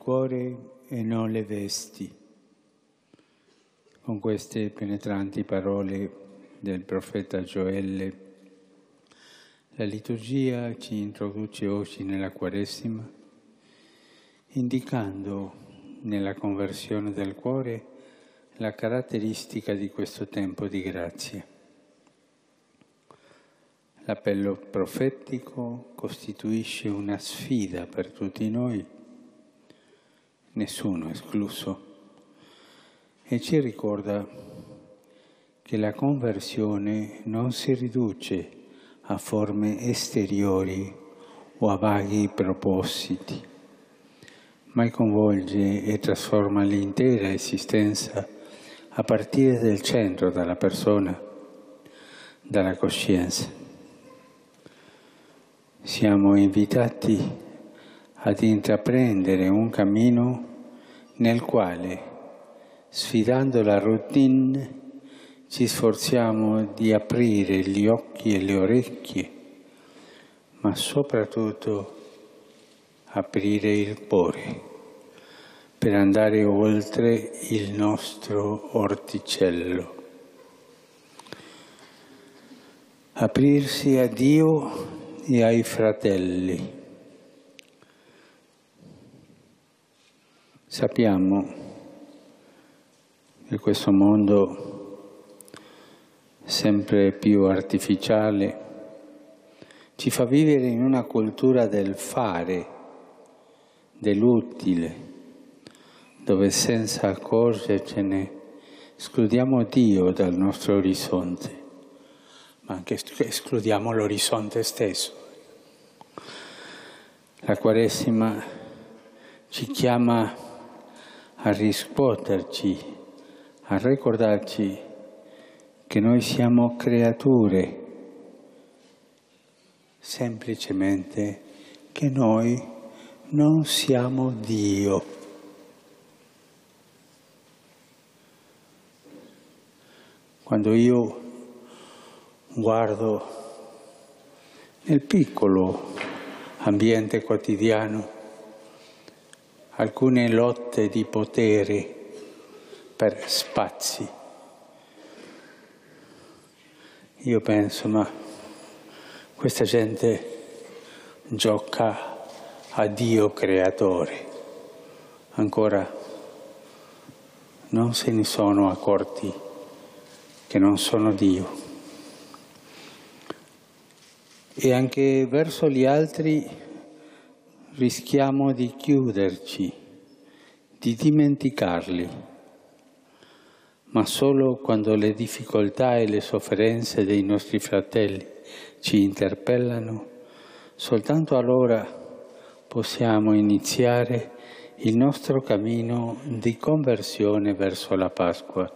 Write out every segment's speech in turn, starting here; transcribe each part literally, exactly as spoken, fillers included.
cuore e non le vesti. Con queste penetranti parole del profeta Gioele, la liturgia ci introduce oggi nella Quaresima, indicando nella conversione del cuore la caratteristica di questo tempo di grazia. L'appello profetico costituisce una sfida per tutti noi, nessuno escluso, e ci ricorda che la conversione non si riduce a forme esteriori o a vaghi propositi, ma coinvolge e trasforma l'intera esistenza a partire dal centro, dalla persona, dalla coscienza. Siamo invitati ad intraprendere un cammino nel quale, sfidando la routine, ci sforziamo di aprire gli occhi e le orecchie, ma soprattutto aprire il cuore per andare oltre il nostro orticello. Aprirsi a Dio e ai fratelli. Sappiamo che questo mondo sempre più artificiale ci fa vivere in una cultura del fare, dell'utile, dove senza accorgercene escludiamo Dio dal nostro orizzonte, ma anche escludiamo l'orizzonte stesso. La Quaresima ci chiama a riscuoterci, a ricordarci che noi siamo creature, semplicemente che noi non siamo Dio. Quando io guardo nel piccolo ambiente quotidiano alcune lotte di potere per spazi, io penso, ma questa gente gioca a Dio creatore, ancora non se ne sono accorti che non sono Dio. E anche verso gli altri rischiamo di chiuderci, di dimenticarli. Ma solo quando le difficoltà e le sofferenze dei nostri fratelli ci interpellano, soltanto allora possiamo iniziare il nostro cammino di conversione verso la Pasqua.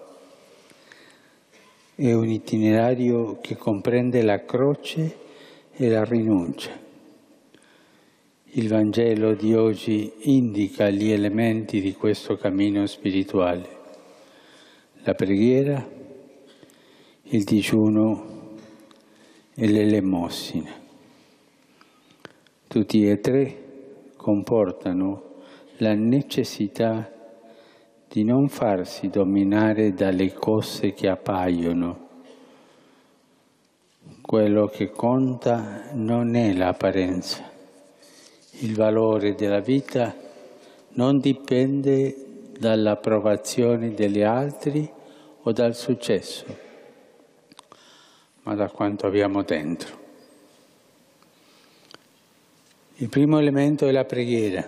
È un itinerario che comprende la croce e la rinuncia. Il Vangelo di oggi indica gli elementi di questo cammino spirituale. La preghiera, il digiuno e l'elemosina. Tutti e tre comportano la necessità di non farsi dominare dalle cose che appaiono. Quello che conta non è l'apparenza. Il valore della vita non dipende dall'approvazione degli altri o dal successo, ma da quanto abbiamo dentro. Il primo elemento è la preghiera.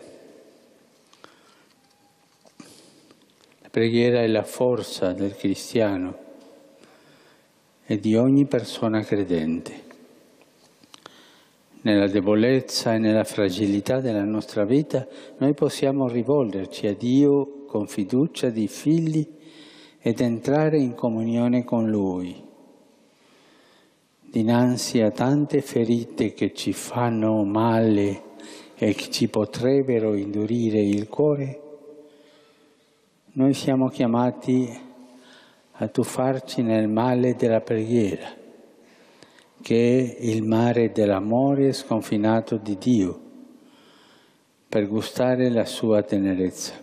La preghiera è la forza del cristiano e di ogni persona credente. Nella debolezza e nella fragilità della nostra vita noi possiamo rivolgerci a Dio con fiducia di figli ed entrare in comunione con Lui. Dinanzi a tante ferite che ci fanno male e che ci potrebbero indurire il cuore, noi siamo chiamati a tuffarci nel mare della preghiera, che è il mare dell'amore sconfinato di Dio, per gustare la sua tenerezza.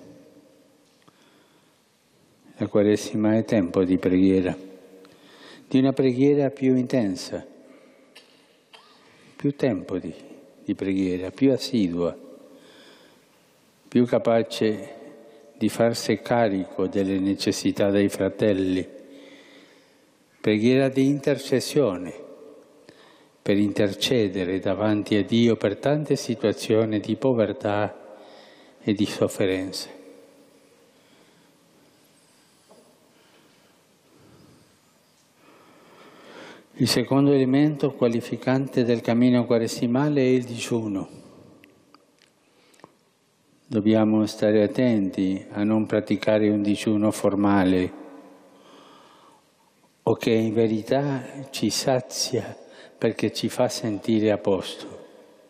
La Quaresima è tempo di preghiera, di una preghiera più intensa, più tempo di, di preghiera, più assidua, più capace di farsi carico delle necessità dei fratelli, preghiera di intercessione, per intercedere davanti a Dio per tante situazioni di povertà e di sofferenze. Il secondo elemento qualificante del cammino quaresimale è il digiuno. Dobbiamo stare attenti a non praticare un digiuno formale o che in verità ci sazia perché ci fa sentire a posto.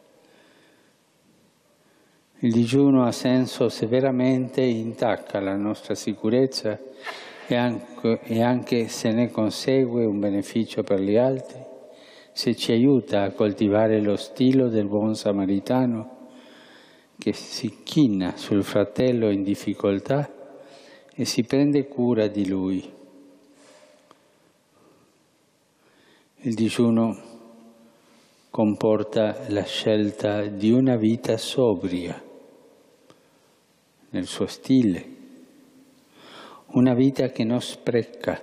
Il digiuno ha senso se veramente intacca la nostra sicurezza e anche, e anche se ne consegue un beneficio per gli altri, se ci aiuta a coltivare lo stile del buon samaritano che si china sul fratello in difficoltà e si prende cura di lui. Il digiuno comporta la scelta di una vita sobria nel suo stile, una vita che non spreca,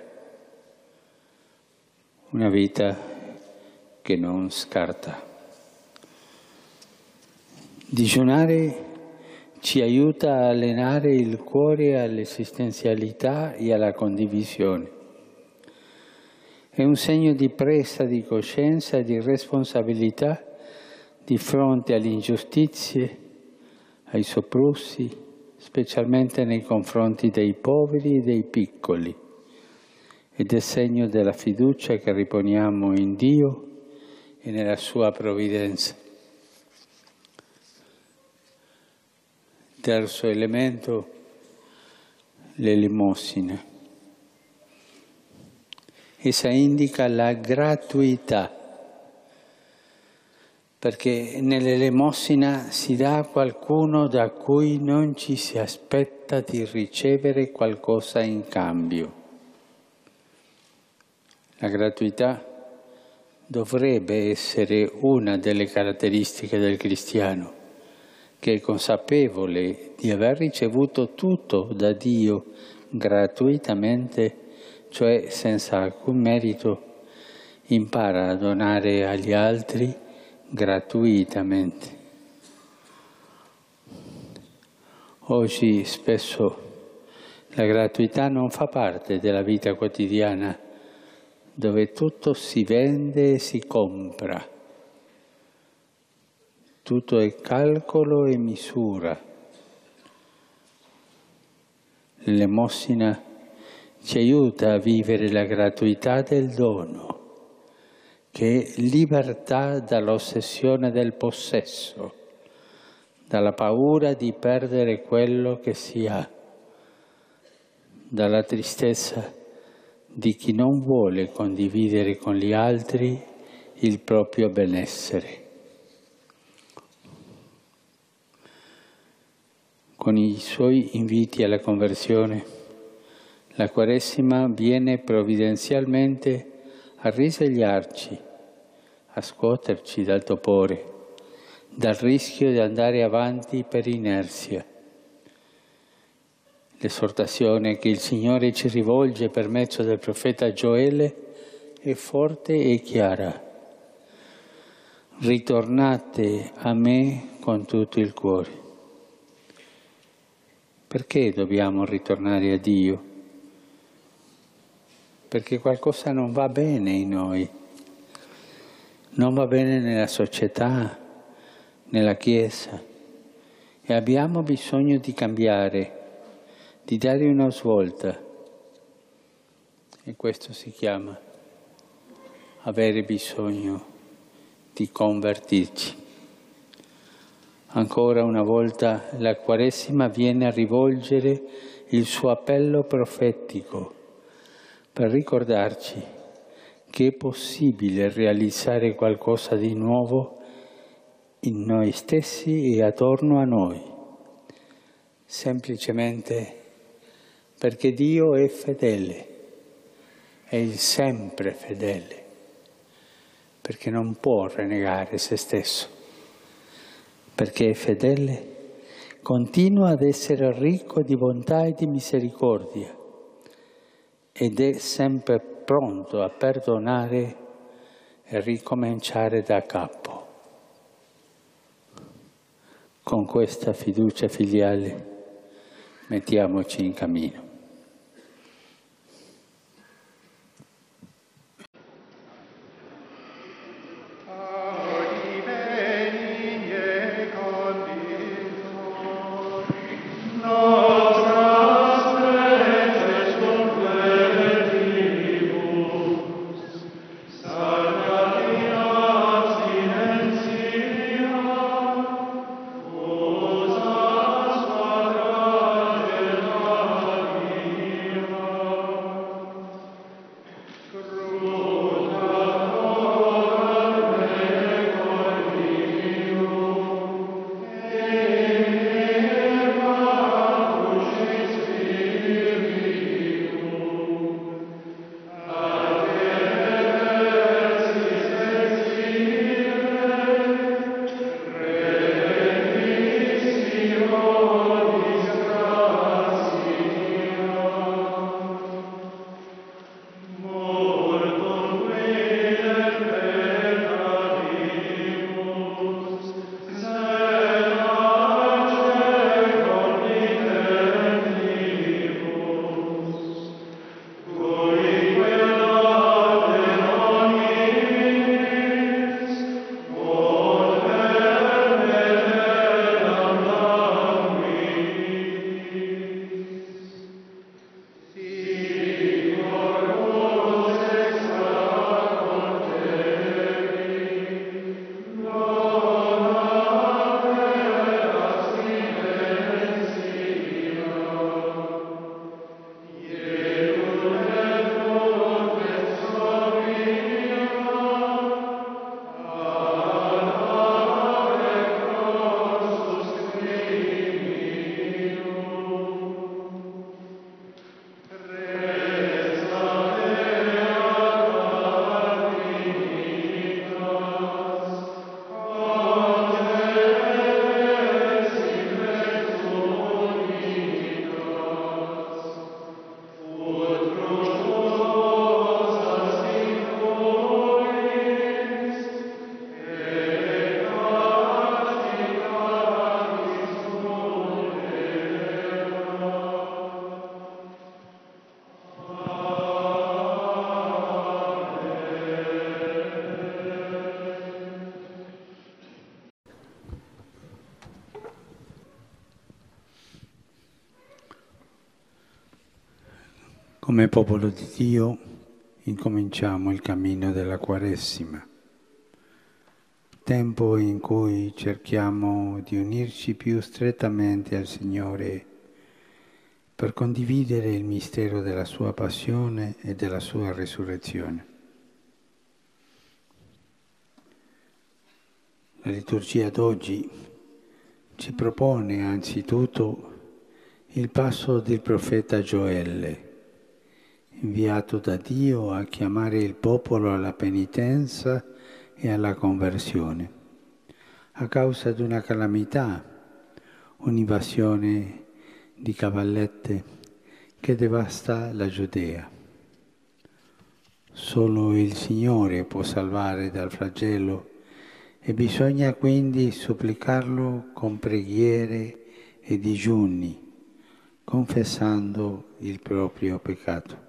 una vita che non scarta. Digiunare ci aiuta a allenare il cuore all'esistenzialità e alla condivisione. È un segno di presa di coscienza e di responsabilità di fronte alle ingiustizie, ai soprusi, specialmente nei confronti dei poveri e dei piccoli, ed è segno della fiducia che riponiamo in Dio e nella sua provvidenza. Terzo elemento, l'elemosina. Essa indica la gratuità, perché nell'elemosina si dà a qualcuno da cui non ci si aspetta di ricevere qualcosa in cambio. La gratuità dovrebbe essere una delle caratteristiche del cristiano, che è consapevole di aver ricevuto tutto da Dio gratuitamente, cioè senza alcun merito, impara a donare agli altri gratuitamente. Oggi spesso la gratuità non fa parte della vita quotidiana, dove tutto si vende e si compra. Tutto è calcolo e misura. L'elemosina ci aiuta a vivere la gratuità del dono, che è libertà dall'ossessione del possesso, dalla paura di perdere quello che si ha, dalla tristezza di chi non vuole condividere con gli altri il proprio benessere. Con i suoi inviti alla conversione, la Quaresima viene provvidenzialmente a risvegliarci, a scuoterci dal topore, dal rischio di andare avanti per inerzia. L'esortazione che il Signore ci rivolge per mezzo del profeta Gioele è forte e chiara. Ritornate a me con tutto il cuore. Perché dobbiamo ritornare a Dio? Perché qualcosa non va bene in noi. Non va bene nella società, nella Chiesa, e abbiamo bisogno di cambiare, di dare una svolta. E questo si chiama avere bisogno di convertirci. Ancora una volta la Quaresima viene a rivolgere il suo appello profetico per ricordarci che è possibile realizzare qualcosa di nuovo in noi stessi e attorno a noi. semplicemente perché Dio è fedele, è il sempre fedele, perché non può rinnegare se stesso, perché è fedele, continua ad essere ricco di bontà e di misericordia ed è sempre pronto a perdonare e ricominciare da capo. Con questa fiducia filiale mettiamoci in cammino. Come popolo di Dio incominciamo il cammino della Quaresima, tempo in cui cerchiamo di unirci più strettamente al Signore per condividere il mistero della Sua passione e della Sua resurrezione. La liturgia d'oggi ci propone anzitutto il passo del profeta Gioele, inviato da Dio a chiamare il popolo alla penitenza e alla conversione, a causa di una calamità, un'invasione di cavallette che devasta la Giudea. Solo il Signore può salvare dal flagello e bisogna quindi supplicarlo con preghiere e digiuni, confessando il proprio peccato.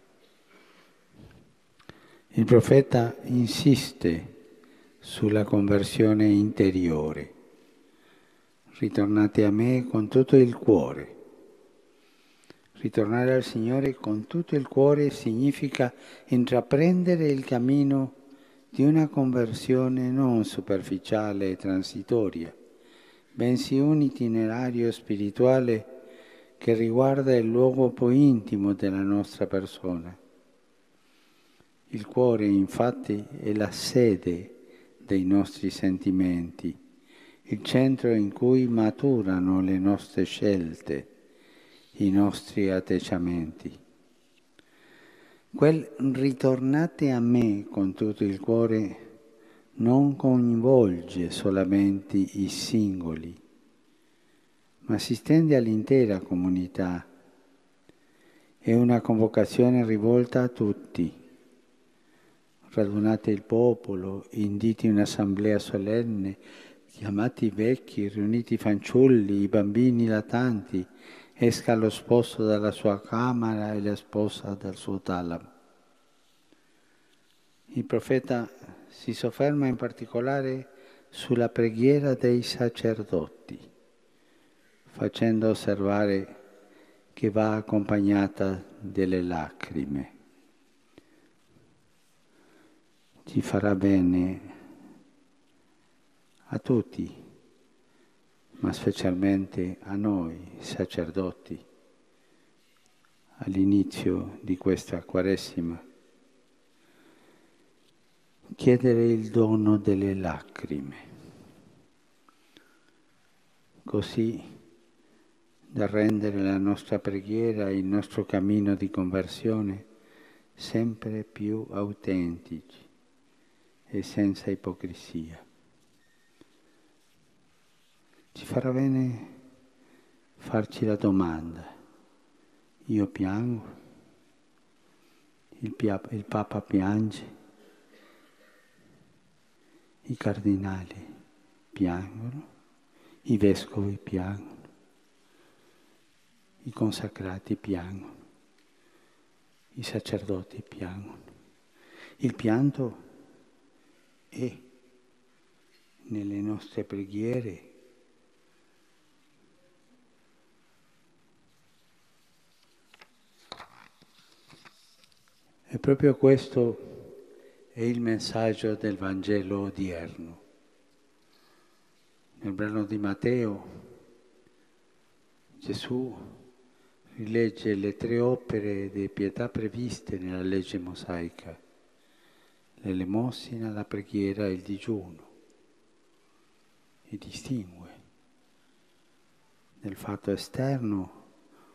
Il profeta insiste sulla conversione interiore. Ritornate a me con tutto il cuore. Ritornare al Signore con tutto il cuore significa intraprendere il cammino di una conversione non superficiale e transitoria, bensì un itinerario spirituale che riguarda il luogo poi intimo della nostra persona. Il cuore, infatti, è la sede dei nostri sentimenti, il centro in cui maturano le nostre scelte, i nostri atteggiamenti. Quel ritornate a me con tutto il cuore non coinvolge solamente i singoli, ma si stende all'intera comunità. È una convocazione rivolta a tutti. Radunate il popolo, inditi un'assemblea solenne, chiamati i vecchi, riuniti i fanciulli, i bambini latanti, esca lo sposo dalla sua camera e la sposa dal suo talamo. Il profeta si sofferma in particolare sulla preghiera dei sacerdoti, facendo osservare che va accompagnata delle lacrime. Ci farà bene a tutti, ma specialmente a noi sacerdoti, all'inizio di questa Quaresima, chiedere il dono delle lacrime, così da rendere la nostra preghiera e il nostro cammino di conversione sempre più autentici e senza ipocrisia. Ci farà bene farci la domanda: io piango? Il, pia- il Papa piange? I cardinali piangono? I vescovi piangono? I consacrati piangono? I sacerdoti piangono? Il pianto è nelle nostre preghiere e proprio questo è il messaggio del Vangelo odierno. Nel brano di Matteo Gesù rilegge le tre opere di pietà previste nella legge mosaica: l'elemosina, la preghiera e il digiuno, e distingue nel fatto esterno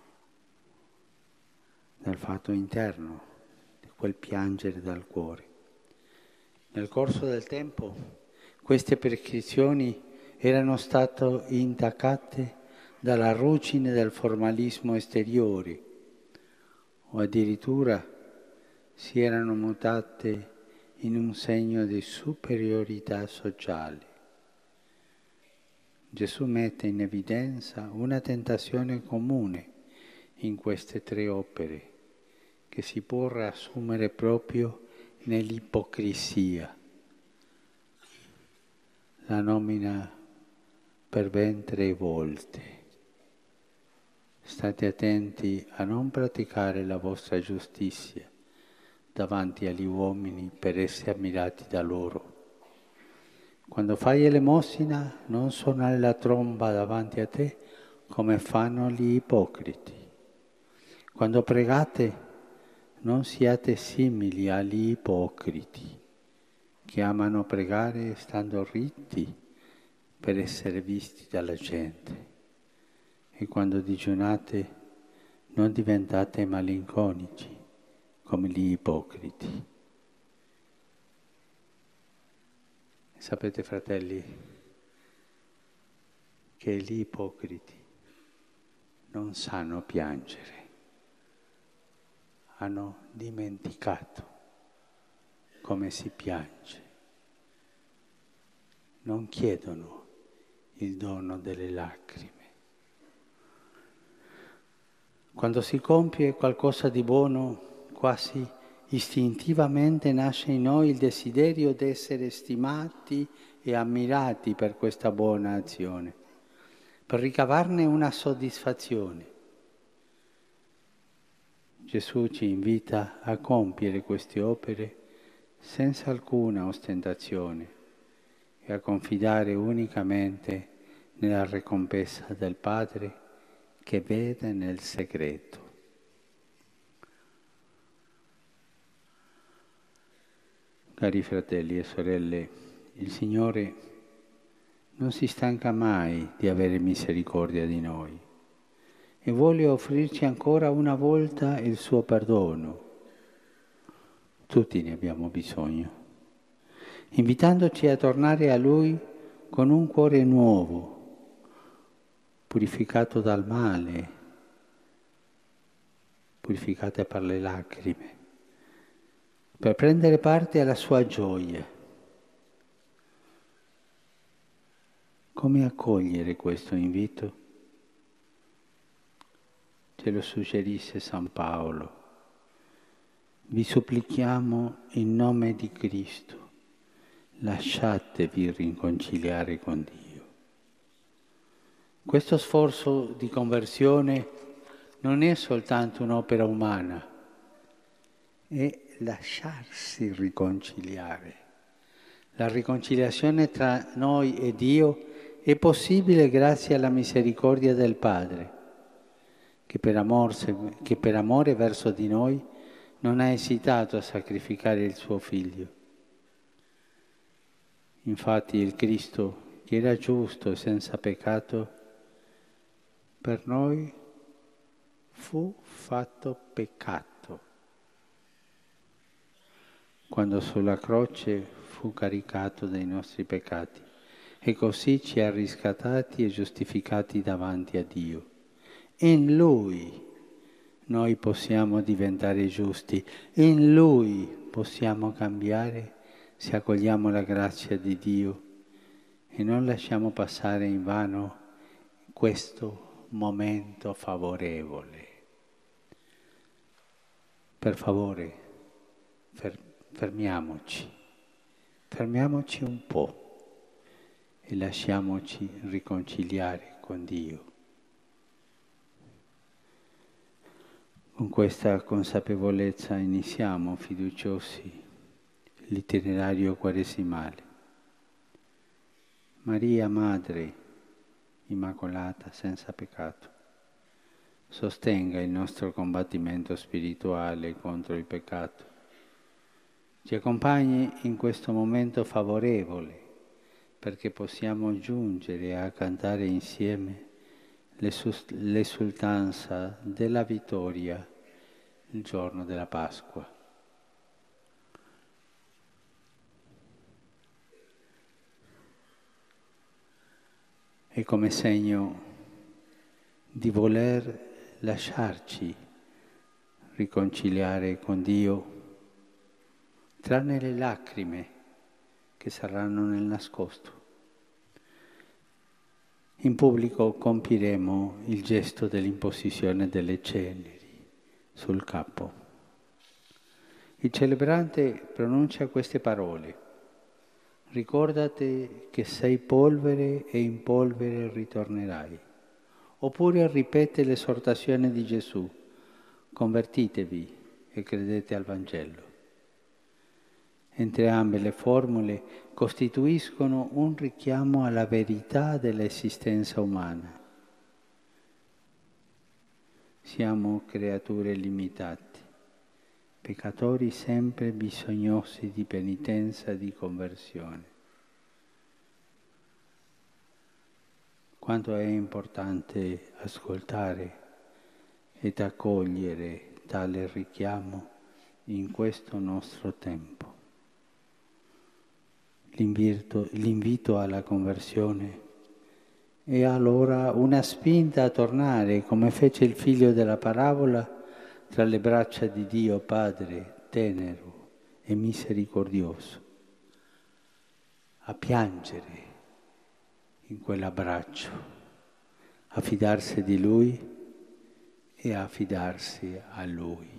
dal fatto interno, di quel piangere dal cuore. Nel corso del tempo queste prescrizioni erano state intaccate dalla ruggine del formalismo esteriore o addirittura si erano mutate in un segno di superiorità sociale. Gesù mette in evidenza una tentazione comune in queste tre opere che si può riassumere proprio nell'ipocrisia. La nomina per ben tre volte. State attenti a non praticare la vostra giustizia davanti agli uomini per essere ammirati da loro. Quando fai elemosina, non suonare la tromba davanti a te come fanno gli ipocriti. Quando pregate, non siate simili agli ipocriti, che amano pregare stando ritti per essere visti dalla gente. E quando digiunate, non diventate malinconici come gli ipocriti. Sapete, fratelli, che gli ipocriti non sanno piangere, hanno dimenticato come si piange, non chiedono il dono delle lacrime. Quando si compie qualcosa di buono, quasi istintivamente nasce in noi il desiderio di essere stimati e ammirati per questa buona azione, per ricavarne una soddisfazione. Gesù ci invita a compiere queste opere senza alcuna ostentazione e a confidare unicamente nella ricompensa del Padre che vede nel segreto. Cari fratelli e sorelle, il Signore non si stanca mai di avere misericordia di noi e vuole offrirci ancora una volta il suo perdono. Tutti ne abbiamo bisogno, invitandoci a tornare a Lui con un cuore nuovo, purificato dal male, purificato per le lacrime, per prendere parte alla sua gioia. Come accogliere questo invito? Ce lo suggerisce San Paolo. Vi supplichiamo in nome di Cristo, lasciatevi riconciliare con Dio. Questo sforzo di conversione non è soltanto un'opera umana, è lasciarsi riconciliare. La riconciliazione tra noi e Dio è possibile grazie alla misericordia del Padre, che per amore, che per amore verso di noi non ha esitato a sacrificare il suo Figlio. Infatti il Cristo, che era giusto e senza peccato, per noi fu fatto peccato, quando sulla croce fu caricato dei nostri peccati e così ci ha riscattati e giustificati davanti a Dio. In Lui noi possiamo diventare giusti, in Lui possiamo cambiare se accogliamo la grazia di Dio e non lasciamo passare in vano questo momento favorevole. Per favore, fer- fermiamoci, fermiamoci un po' e lasciamoci riconciliare con Dio. Con questa consapevolezza iniziamo fiduciosi l'itinerario quaresimale. Maria, Madre Immacolata, senza peccato, sostenga il nostro combattimento spirituale contro il peccato. Ci accompagni in questo momento favorevole perché possiamo giungere a cantare insieme l'esultanza della vittoria il giorno della Pasqua. E come segno di voler lasciarci riconciliare con Dio, tranne le lacrime che saranno nel nascosto. In pubblico compiremo il gesto dell'imposizione delle ceneri sul capo. Il celebrante pronuncia queste parole: ricordati che sei polvere e in polvere ritornerai. Oppure ripete l'esortazione di Gesù: convertitevi e credete al Vangelo. Entrambe le formule costituiscono un richiamo alla verità dell'esistenza umana. Siamo creature limitate, peccatori sempre bisognosi di penitenza e di conversione. Quanto è importante ascoltare ed accogliere tale richiamo in questo nostro tempo. L'invito, l'invito alla conversione è allora una spinta a tornare, come fece il figlio della parabola, tra le braccia di Dio Padre, tenero e misericordioso, a piangere in quell'abbraccio, a fidarsi di Lui e a fidarsi a Lui.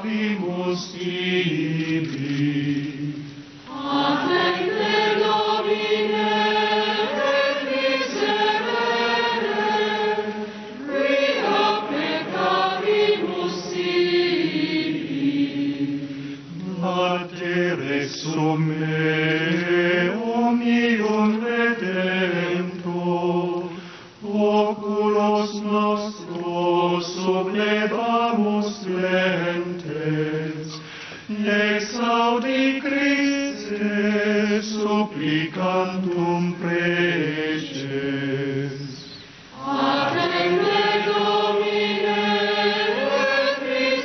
pecavimus tibi. Attende Domine, et miserere, quia peccavimus tibi. Mater exum me, omnium redemptor, oculos nostros sublevamus lentes, exaudi Christe supplicantum preces. Attende Domine, et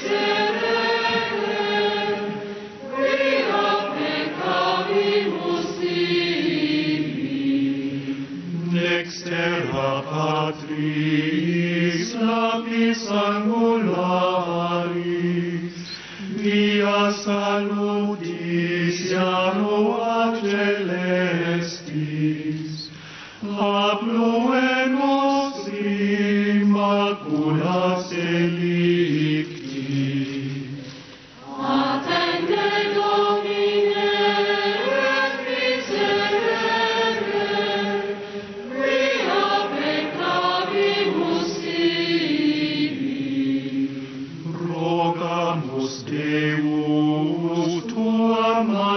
miserere, quia peccavimus tibi. Dextera Patris, lapis angularis, via salutis iarua celestis, aplue nostri macula selicti. Attende Domine, et miserere, quia peccavimus tibi. Rogamus Deus, tua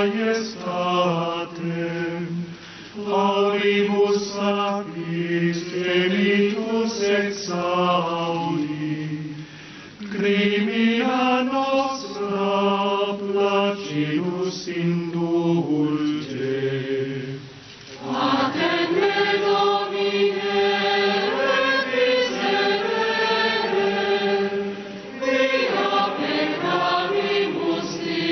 majestate, auribus satis genitus exaudi, crimina nostra placidus indulge. Attende Domine, et miserere, quia peccavimus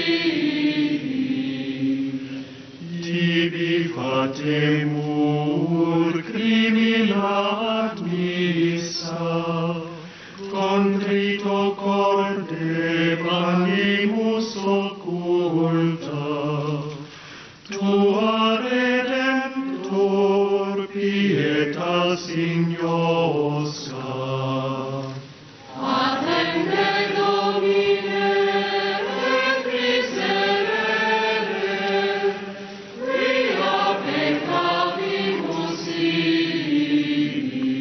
tibi. Tibi fatemur crimina admissa, contrito corde animus occulta, tua Redemptor pietas ignosa. Attende Domine, et miserere, quia peccavimus tibi.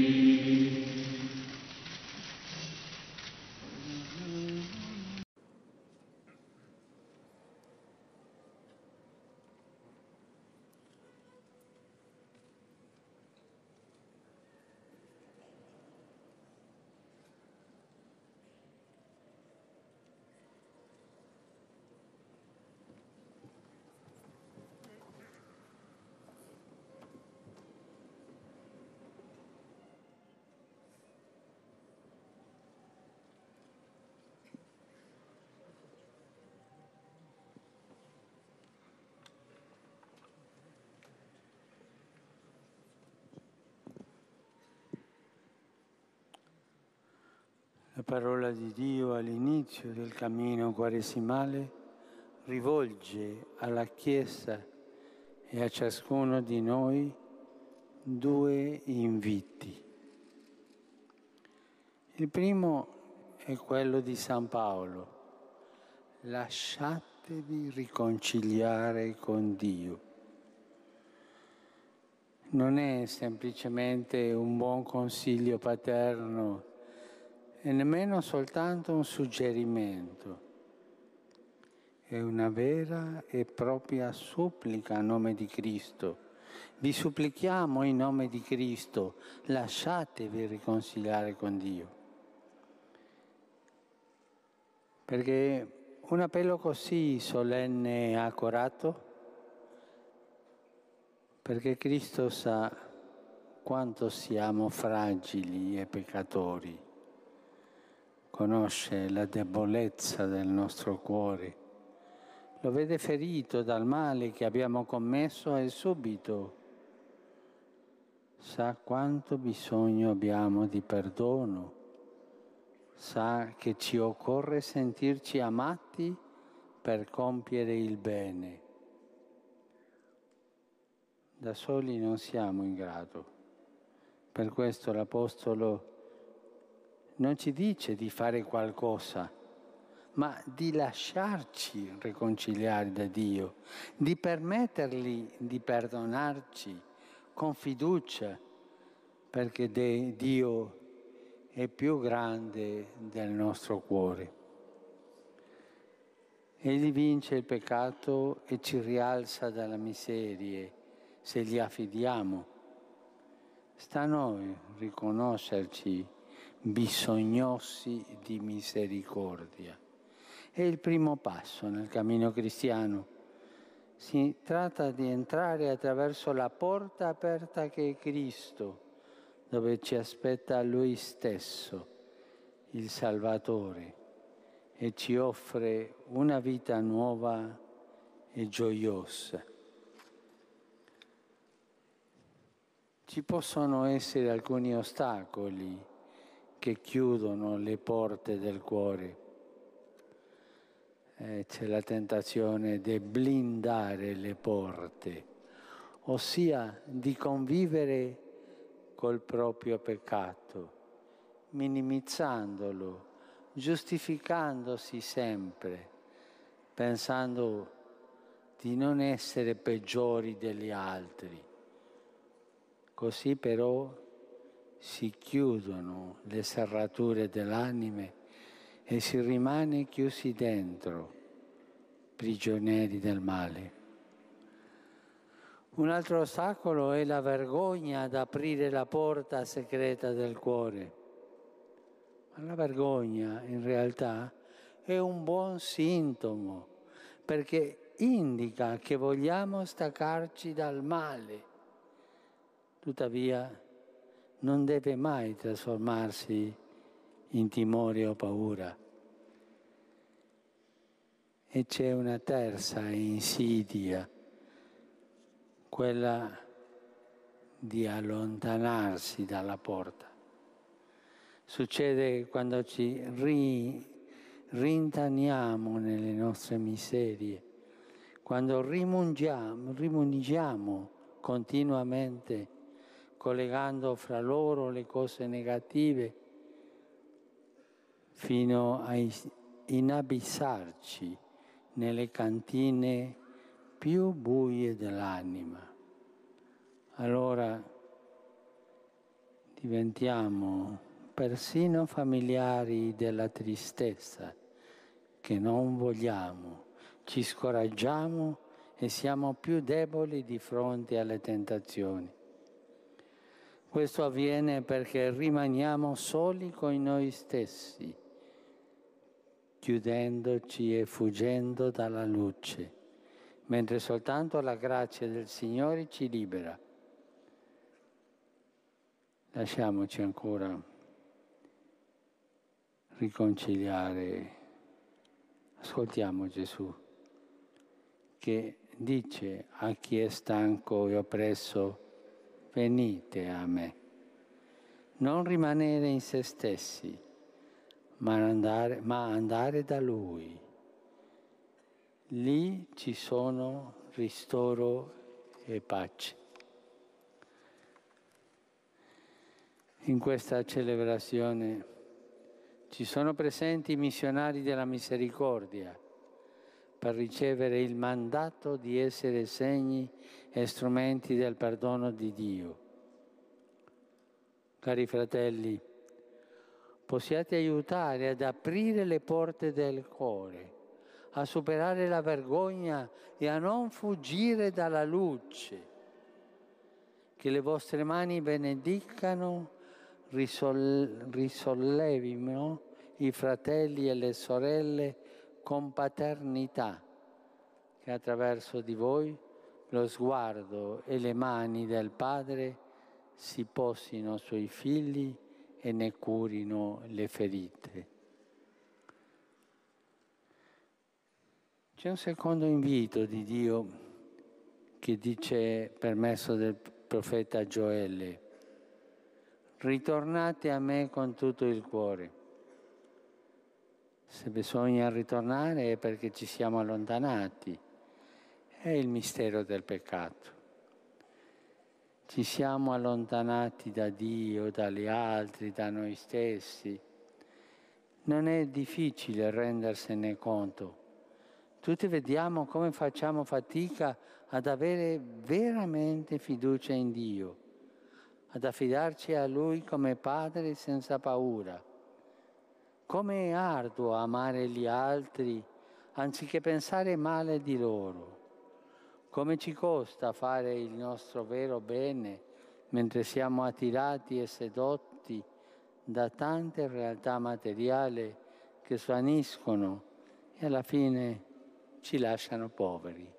La parola di Dio all'inizio del cammino quaresimale rivolge alla Chiesa e a ciascuno di noi due inviti. Il primo è quello di San Paolo: lasciatevi riconciliare con Dio. Non è semplicemente un buon consiglio paterno e nemmeno soltanto un suggerimento. È una vera e propria supplica a nome di Cristo. Vi supplichiamo in nome di Cristo, lasciatevi riconciliare con Dio. Perché un appello così solenne e accorato? Perché Cristo sa quanto siamo fragili e peccatori. Conosce la debolezza del nostro cuore, lo vede ferito dal male che abbiamo commesso e subito sa quanto bisogno abbiamo di perdono, sa che ci occorre sentirci amati per compiere il bene. Da soli non siamo in grado. Per questo l'Apostolo non ci dice di fare qualcosa, ma di lasciarci riconciliare da Dio, di permettergli di perdonarci con fiducia, perché Dio è più grande del nostro cuore. Egli vince il peccato e ci rialza dalla miseria se gli affidiamo. Sta a noi riconoscerci bisognosi di misericordia. È il primo passo nel cammino cristiano. Si tratta di entrare attraverso la porta aperta che è Cristo, dove ci aspetta Lui stesso, il Salvatore, e ci offre una vita nuova e gioiosa. Ci possono essere alcuni ostacoli che chiudono le porte del cuore. Eh, c'è la tentazione di blindare le porte, ossia di convivere col proprio peccato, minimizzandolo, giustificandosi sempre, pensando di non essere peggiori degli altri. Così però si chiudono le serrature dell'anima e si rimane chiusi dentro, prigionieri del male. Un altro ostacolo è la vergogna ad aprire la porta segreta del cuore. Ma la vergogna in realtà è un buon sintomo, perché indica che vogliamo staccarci dal male. Tuttavia non deve mai trasformarsi in timore o paura. E c'è una terza insidia, quella di allontanarsi dalla porta. Succede quando ci ri, rintaniamo nelle nostre miserie, quando rimungiamo, rimunigiamo continuamente, collegando fra loro le cose negative, fino a inabissarci nelle cantine più buie dell'anima. Allora diventiamo persino familiari della tristezza che non vogliamo, ci scoraggiamo e siamo più deboli di fronte alle tentazioni. Questo avviene perché rimaniamo soli con noi stessi, chiudendoci e fuggendo dalla luce, mentre soltanto la grazia del Signore ci libera. Lasciamoci ancora riconciliare. Ascoltiamo Gesù che dice a chi è stanco e oppresso: venite a me. Non rimanere in se stessi, ma andare, ma andare da Lui. Lì ci sono ristoro e pace. In questa celebrazione ci sono presenti i missionari della misericordia per ricevere il mandato di essere segni e strumenti del perdono di Dio. Cari fratelli, possiate aiutare ad aprire le porte del cuore, a superare la vergogna e a non fuggire dalla luce. Che le vostre mani benedicano, risol- risollevino i fratelli e le sorelle con paternità, che attraverso di voi lo sguardo e le mani del Padre si posino sui figli e ne curino le ferite. C'è un secondo invito di Dio che dice, per mezzo del profeta Gioele: ritornate a me con tutto il cuore. Se bisogna ritornare è perché ci siamo allontanati. È il mistero del peccato. Ci siamo allontanati da Dio, dagli altri, da noi stessi. Non è difficile rendersene conto. Tutti vediamo come facciamo fatica ad avere veramente fiducia in Dio, ad affidarci a Lui come Padre senza paura. Come è arduo amare gli altri anziché pensare male di loro. Come ci costa fare il nostro vero bene mentre siamo attirati e sedotti da tante realtà materiali che svaniscono e alla fine ci lasciano poveri.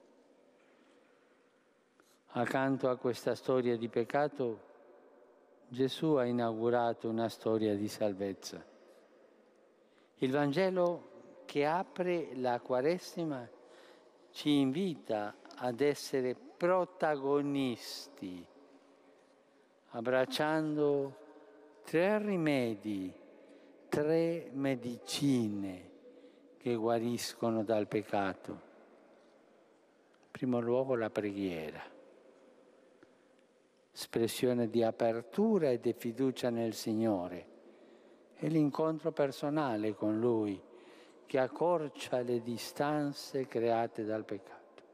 Accanto a questa storia di peccato, Gesù ha inaugurato una storia di salvezza. Il Vangelo che apre la Quaresima ci invita ad essere protagonisti, abbracciando tre rimedi, tre medicine che guariscono dal peccato. In primo luogo la preghiera, espressione di apertura e di fiducia nel Signore, e l'incontro personale con Lui che accorcia le distanze create dal peccato.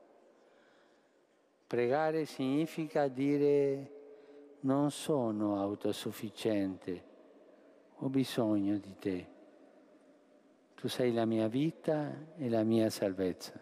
Pregare significa dire: non sono autosufficiente, ho bisogno di te. Tu sei la mia vita e la mia salvezza.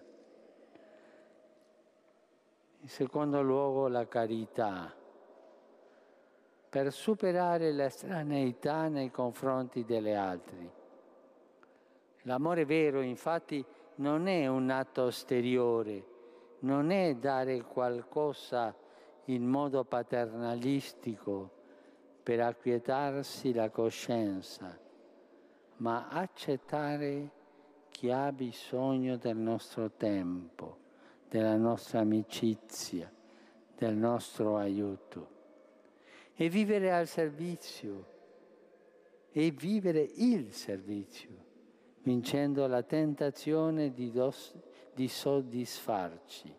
In secondo luogo la carità, per superare l'estraneità nei confronti delle altre. L'amore vero, infatti, non è un atto esteriore, non è dare qualcosa in modo paternalistico per acquietarsi la coscienza, ma accettare chi ha bisogno del nostro tempo, della nostra amicizia, del nostro aiuto. E vivere al servizio, e vivere il servizio, vincendo la tentazione di, dos, di soddisfarci.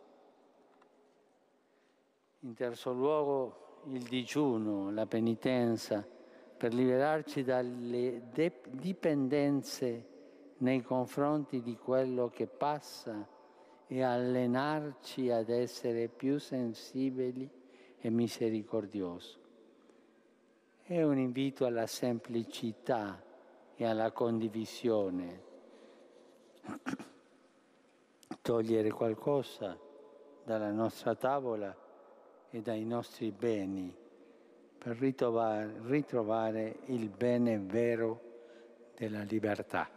In terzo luogo il digiuno, la penitenza, per liberarci dalle de- dipendenze nei confronti di quello che passa e allenarci ad essere più sensibili e misericordiosi. È un invito alla semplicità e alla condivisione. Togliere qualcosa dalla nostra tavola e dai nostri beni per ritrovare, ritrovare il bene vero della libertà.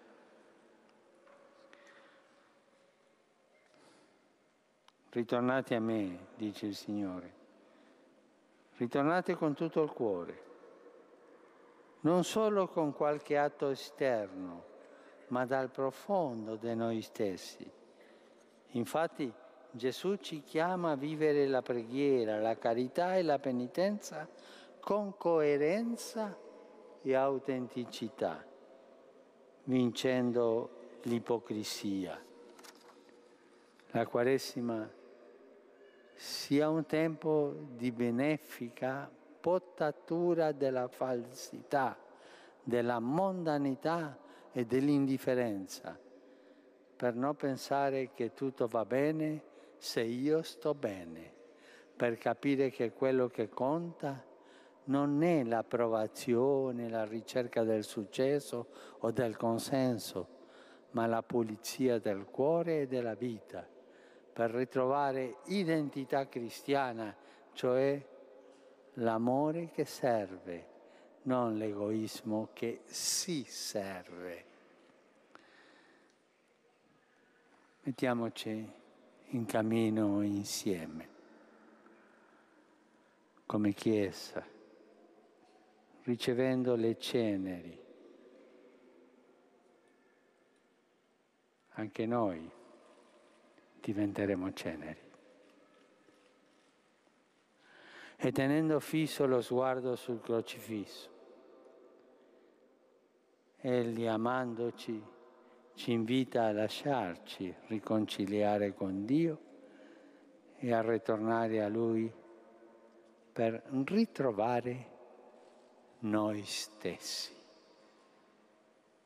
Ritornate a me, dice il Signore. Ritornate con tutto il cuore, non solo con qualche atto esterno, ma dal profondo di noi stessi. Infatti Gesù ci chiama a vivere la preghiera, la carità e la penitenza con coerenza e autenticità, vincendo l'ipocrisia. La Quaresima sia un tempo di benefica potatura della falsità, della mondanità e dell'indifferenza, per non pensare che tutto va bene se io sto bene, per capire che quello che conta non è l'approvazione, la ricerca del successo o del consenso, ma la pulizia del cuore e della vita, per ritrovare identità cristiana, cioè l'amore che serve, non l'egoismo che si serve. Mettiamoci in cammino insieme, come Chiesa, ricevendo le ceneri. Anche noi diventeremo ceneri. E tenendo fisso lo sguardo sul crocifisso, Egli, amandoci, ci invita a lasciarci riconciliare con Dio e a ritornare a Lui per per ritrovare noi stessi.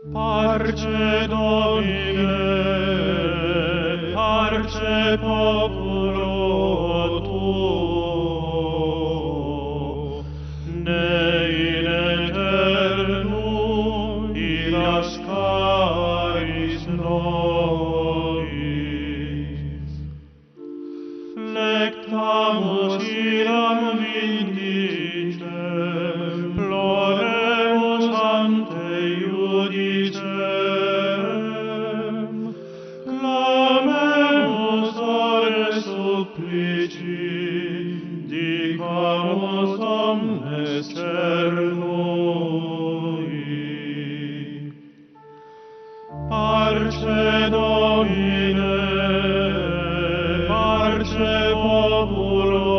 Parce Domine, parce populo tuo, ne in eternum illascaris nobis. Flectamus iram vindicem, ploremus ante iudicem, clamemus ore supplici, dicamus omnes cernui. Parce Domine, parce populo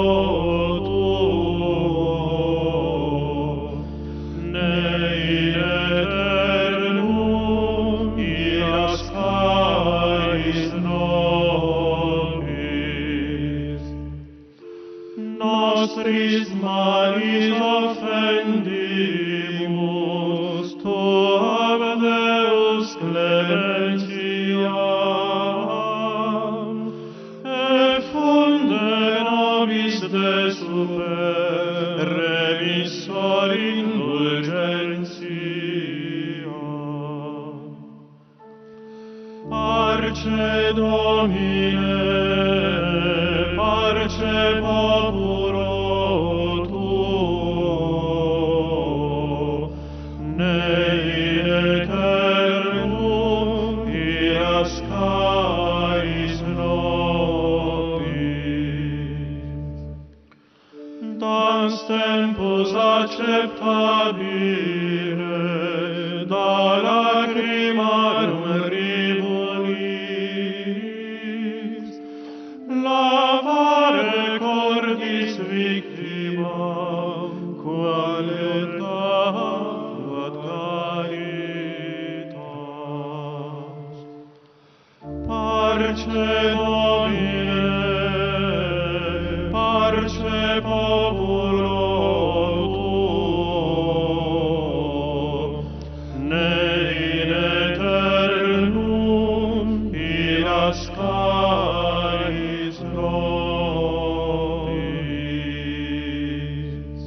tuo, ne in eternum illascaris nobis. Nostris malis offendimus, tuam Deus clementiam, e funde nobis de super remissor indulgentia. Parce Domine, parce populo tuo, ne in eternum illascaris nobis. Dans tempus acceptabile, da lacrimarum ribulis, lavare cordis victimam, quale davat caritas. Parce Domine, parce populo tuo, ne in eternum illascaris nobis.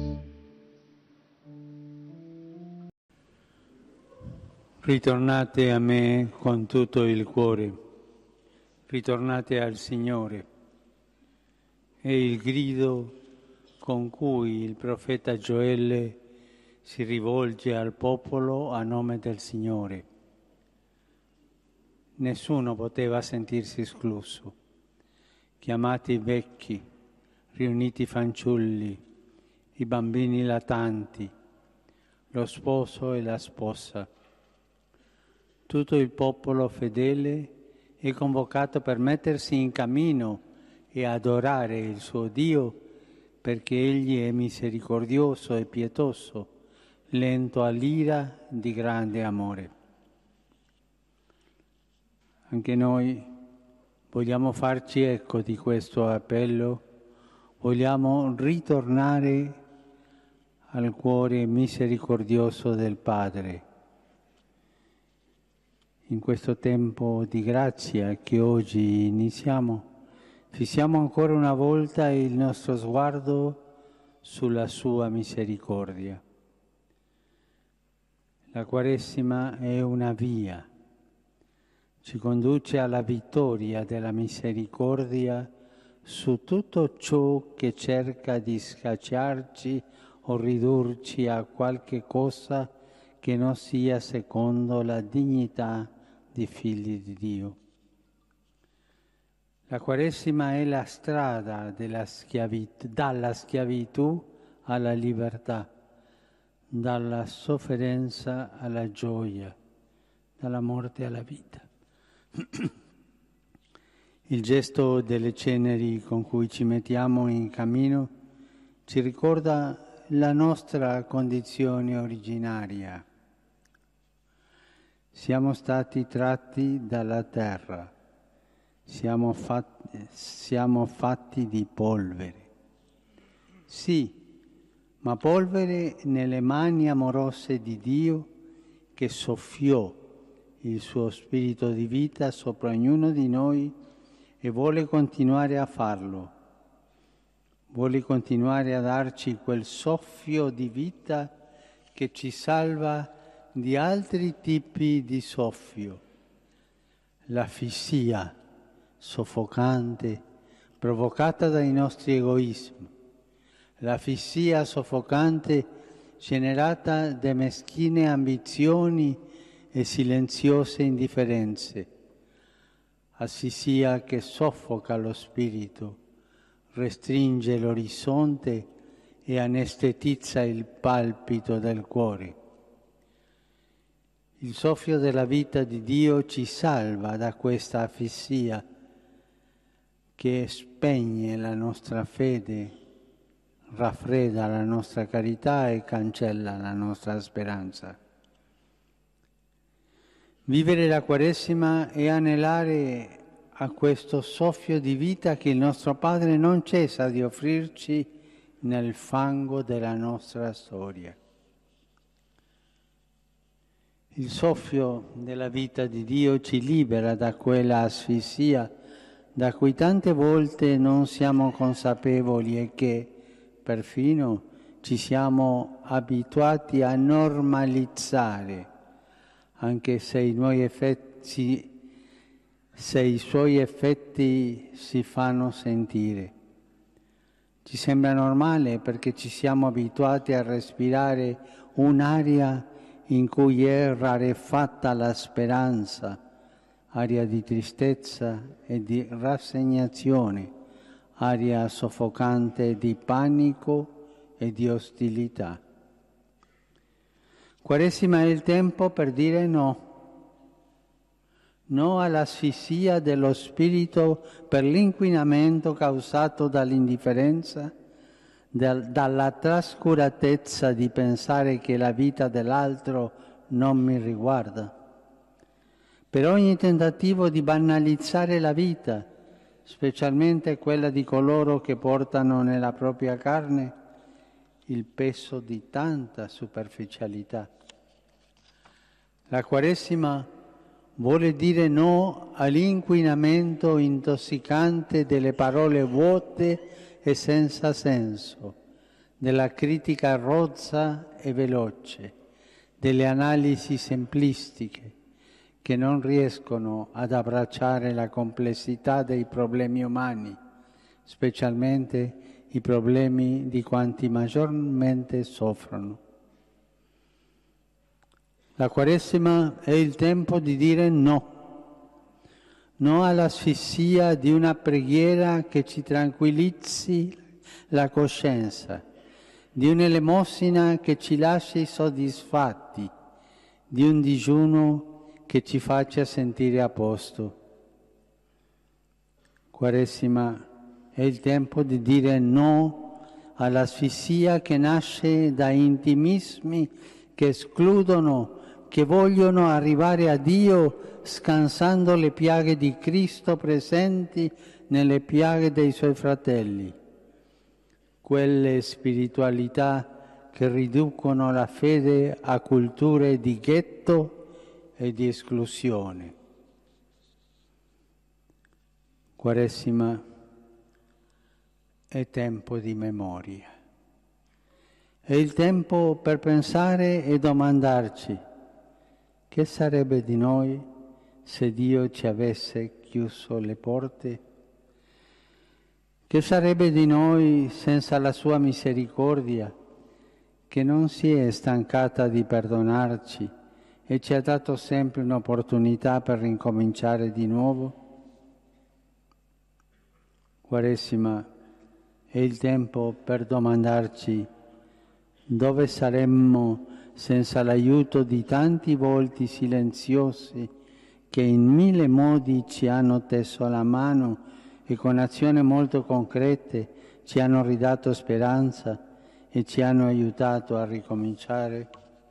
Ritornate a me con tutto il cuore, ritornate al Signore. È il grido con cui il profeta Gioele si rivolge al popolo a nome del Signore. Nessuno poteva sentirsi escluso. Chiamati vecchi, riuniti fanciulli, i bambini latanti, lo sposo e la sposa. Tutto il popolo fedele è convocato per mettersi in cammino e adorare il suo Dio, perché Egli è misericordioso e pietoso, lento all'ira, di grande amore. Anche noi vogliamo farci eco di questo appello, vogliamo ritornare al cuore misericordioso del Padre. In questo tempo di grazia che oggi iniziamo, fissiamo ancora una volta il nostro sguardo sulla sua misericordia. La Quaresima è una via, ci conduce alla vittoria della misericordia su tutto ciò che cerca di scacciarci o ridurci a qualche cosa che non sia secondo la dignità di figli di Dio. La Quaresima è la strada della schiavitù, dalla schiavitù alla libertà, dalla sofferenza alla gioia, dalla morte alla vita. Il gesto delle ceneri con cui ci mettiamo in cammino ci ricorda la nostra condizione originaria. Siamo stati tratti dalla terra, siamo fatti, siamo fatti di polvere. Sì, ma polvere nelle mani amorose di Dio che soffiò il suo spirito di vita sopra ognuno di noi e vuole continuare a farlo. Vuole continuare a darci quel soffio di vita che ci salva di altri tipi di soffio. L'asfissia soffocante provocata dai nostri egoismi, l'asfissia soffocante generata da meschine ambizioni e silenziose indifferenze, asfissia che soffoca lo spirito, restringe l'orizzonte e anestetizza il palpito del cuore. Il soffio della vita di Dio ci salva da questa asfissia che spegne la nostra fede, raffredda la nostra carità e cancella la nostra speranza. Vivere la Quaresima è anelare a questo soffio di vita che il nostro Padre non cessa di offrirci nel fango della nostra storia. Il soffio della vita di Dio ci libera da quella asfissia da cui tante volte non siamo consapevoli e che perfino ci siamo abituati a normalizzare, anche se i, nuovi effetti, se i suoi effetti si fanno sentire. Ci sembra normale perché ci siamo abituati a respirare un'aria in cui è rarefatta la speranza, aria di tristezza e di rassegnazione, aria soffocante di panico e di ostilità. Quaresima è il tempo per dire no. No all'asfissia dello spirito per l'inquinamento causato dall'indifferenza, del, dalla trascuratezza di pensare che la vita dell'altro non mi riguarda. Per ogni tentativo di banalizzare la vita, specialmente quella di coloro che portano nella propria carne il peso di tanta superficialità. La Quaresima vuole dire no all'inquinamento intossicante delle parole vuote e senza senso, della critica rozza e veloce, delle analisi semplistiche che non riescono ad abbracciare la complessità dei problemi umani, specialmente i problemi di quanti maggiormente soffrono. La Quaresima è il tempo di dire no, no all'asfissia di una preghiera che ci tranquillizzi la coscienza, di un'elemosina che ci lasci soddisfatti, di un digiuno che ci faccia sentire a posto. Quaresima è il tempo di dire no all'asfissia che nasce da intimismi che escludono, che vogliono arrivare a Dio scansando le piaghe di Cristo presenti nelle piaghe dei Suoi fratelli. Quelle spiritualità che riducono la fede a culture di ghetto e di esclusione. Quaresima è tempo di memoria. È il tempo per pensare e domandarci che sarebbe di noi se Dio ci avesse chiuso le porte? Che sarebbe di noi senza la sua misericordia, che non si è stancata di perdonarci e ci ha dato sempre un'opportunità per ricominciare di nuovo? Quaresima è il tempo per domandarci dove saremmo senza l'aiuto di tanti volti silenziosi che in mille modi ci hanno teso la mano e con azioni molto concrete ci hanno ridato speranza e ci hanno aiutato a ricominciare.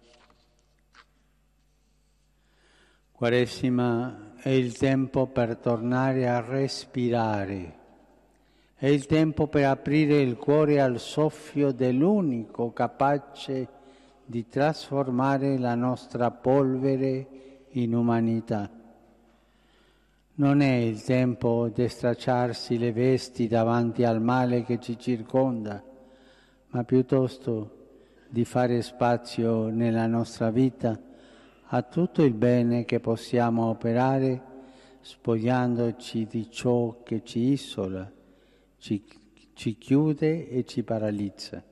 Quaresima è il tempo per tornare a respirare, è il tempo per aprire il cuore al soffio dell'unico capace di trasformare la nostra polvere in umanità. Non è il tempo di stracciarsi le vesti davanti al male che ci circonda, ma piuttosto di fare spazio nella nostra vita a tutto il bene che possiamo operare, spogliandoci di ciò che ci isola, ci, ci chiude e ci paralizza.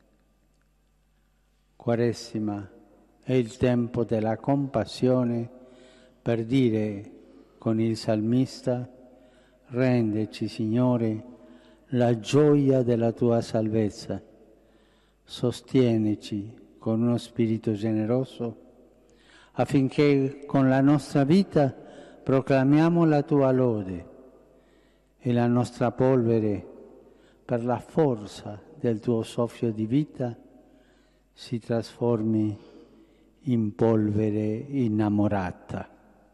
Quaresima è il tempo della compassione per dire con il salmista: rendici, Signore, la gioia della tua salvezza, sostienici con uno spirito generoso affinché con la nostra vita proclamiamo la tua lode e la nostra polvere, per la forza del tuo soffio di vita, si trasformi in polvere innamorata.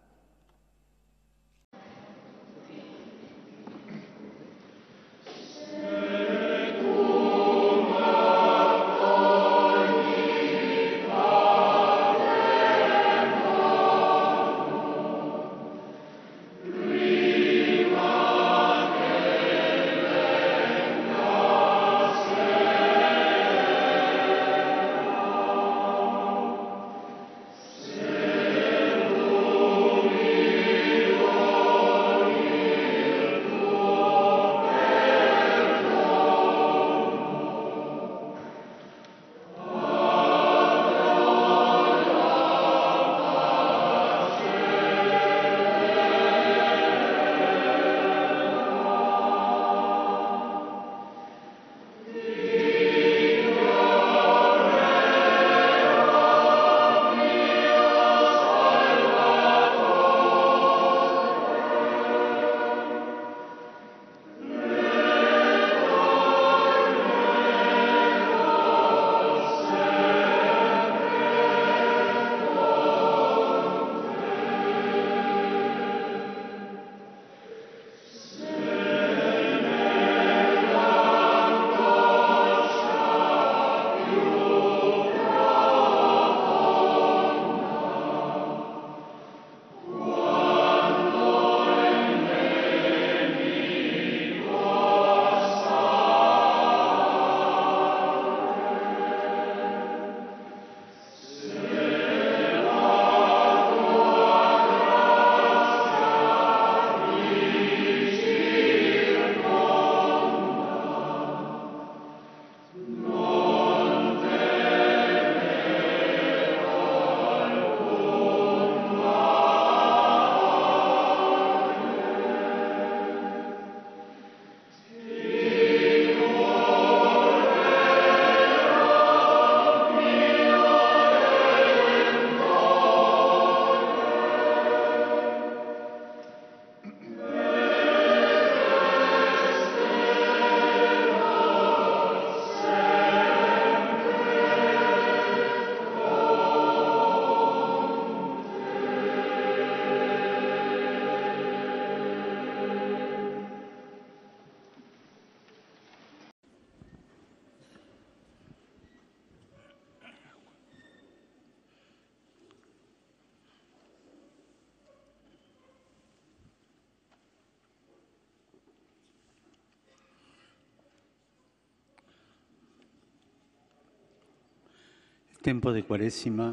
Il tempo di Quaresima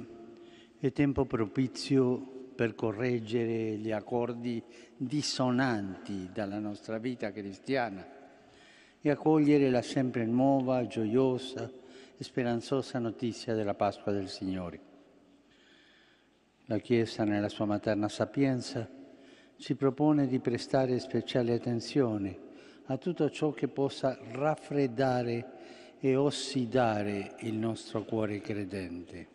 è tempo propizio per correggere gli accordi dissonanti dalla nostra vita cristiana e accogliere la sempre nuova, gioiosa e speranzosa notizia della Pasqua del Signore. La Chiesa, nella sua materna sapienza, ci propone di prestare speciale attenzione a tutto ciò che possa raffreddare e ossidare il nostro cuore credente.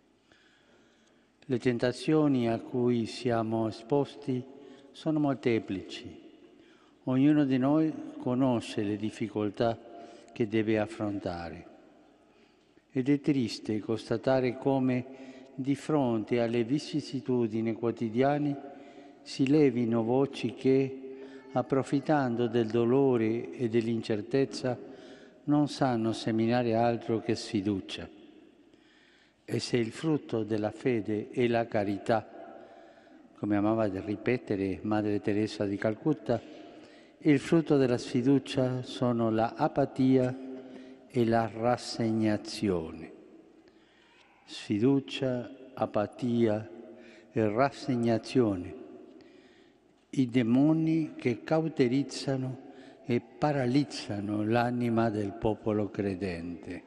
Le tentazioni a cui siamo esposti sono molteplici. Ognuno di noi conosce le difficoltà che deve affrontare. Ed è triste constatare come di fronte alle vicissitudini quotidiane si levino voci che, approfittando del dolore e dell'incertezza, non sanno seminare altro che sfiducia. E se il frutto della fede è la carità, come amava ripetere Madre Teresa di Calcutta, il frutto della sfiducia sono la apatia e la rassegnazione. Sfiducia, apatia e rassegnazione, i demoni che cauterizzano e paralizzano l'anima del popolo credente.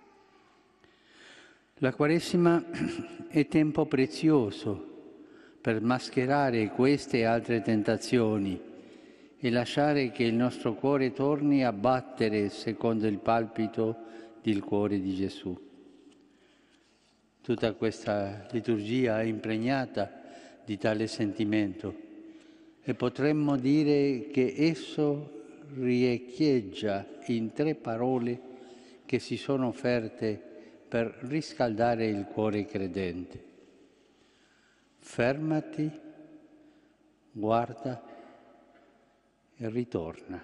La Quaresima è tempo prezioso per mascherare queste e altre tentazioni e lasciare che il nostro cuore torni a battere secondo il palpito del cuore di Gesù. Tutta questa liturgia è impregnata di tale sentimento e potremmo dire che esso riecheggia in tre parole che si sono offerte per riscaldare il cuore credente. Fermati, guarda e ritorna.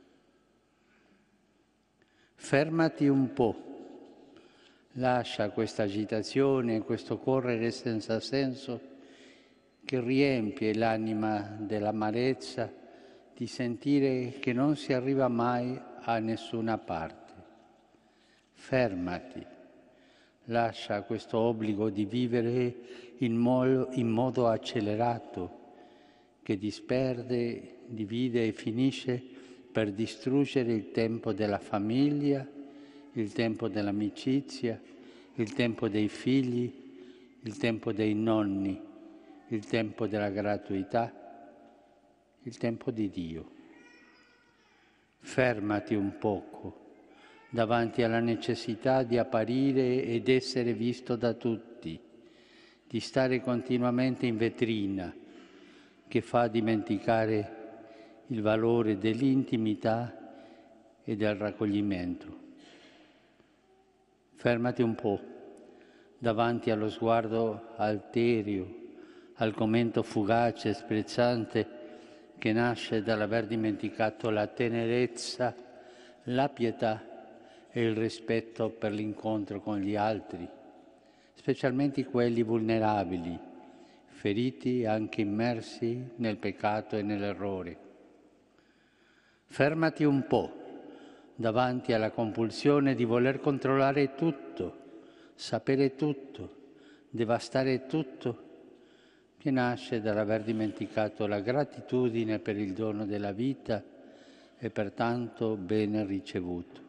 Fermati un po', lascia questa agitazione, questo correre senza senso che riempie l'anima dell'amarezza di sentire che non si arriva mai a nessuna parte. Fermati, lascia questo obbligo di vivere in modo, in modo accelerato che disperde, divide e finisce per distruggere il tempo della famiglia, il tempo dell'amicizia, il tempo dei figli, il tempo dei nonni, il tempo della gratuità, il tempo di Dio. Fermati un poco davanti alla necessità di apparire ed essere visto da tutti, di stare continuamente in vetrina, che fa dimenticare il valore dell'intimità e del raccoglimento. Fermati un po' davanti allo sguardo alterio, al commento fugace e sprezzante che nasce dall'aver dimenticato la tenerezza, la pietà e il rispetto per l'incontro con gli altri, specialmente quelli vulnerabili, feriti e anche immersi nel peccato e nell'errore. Fermati un po' davanti alla compulsione di voler controllare tutto, sapere tutto, devastare tutto, che nasce dall'aver dimenticato la gratitudine per il dono della vita e per tanto bene ricevuto.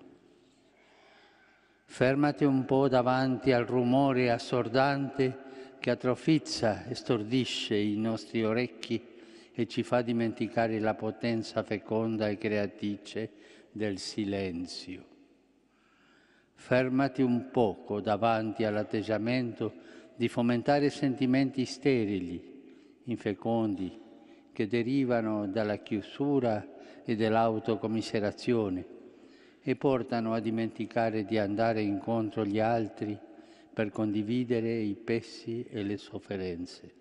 Fermati un po' davanti al rumore assordante che atrofizza e stordisce i nostri orecchi e ci fa dimenticare la potenza feconda e creatrice del silenzio. Fermati un poco davanti all'atteggiamento di fomentare sentimenti sterili, infecondi, che derivano dalla chiusura e dell'autocommiserazione e portano a dimenticare di andare incontro agli altri per condividere i pesi e le sofferenze.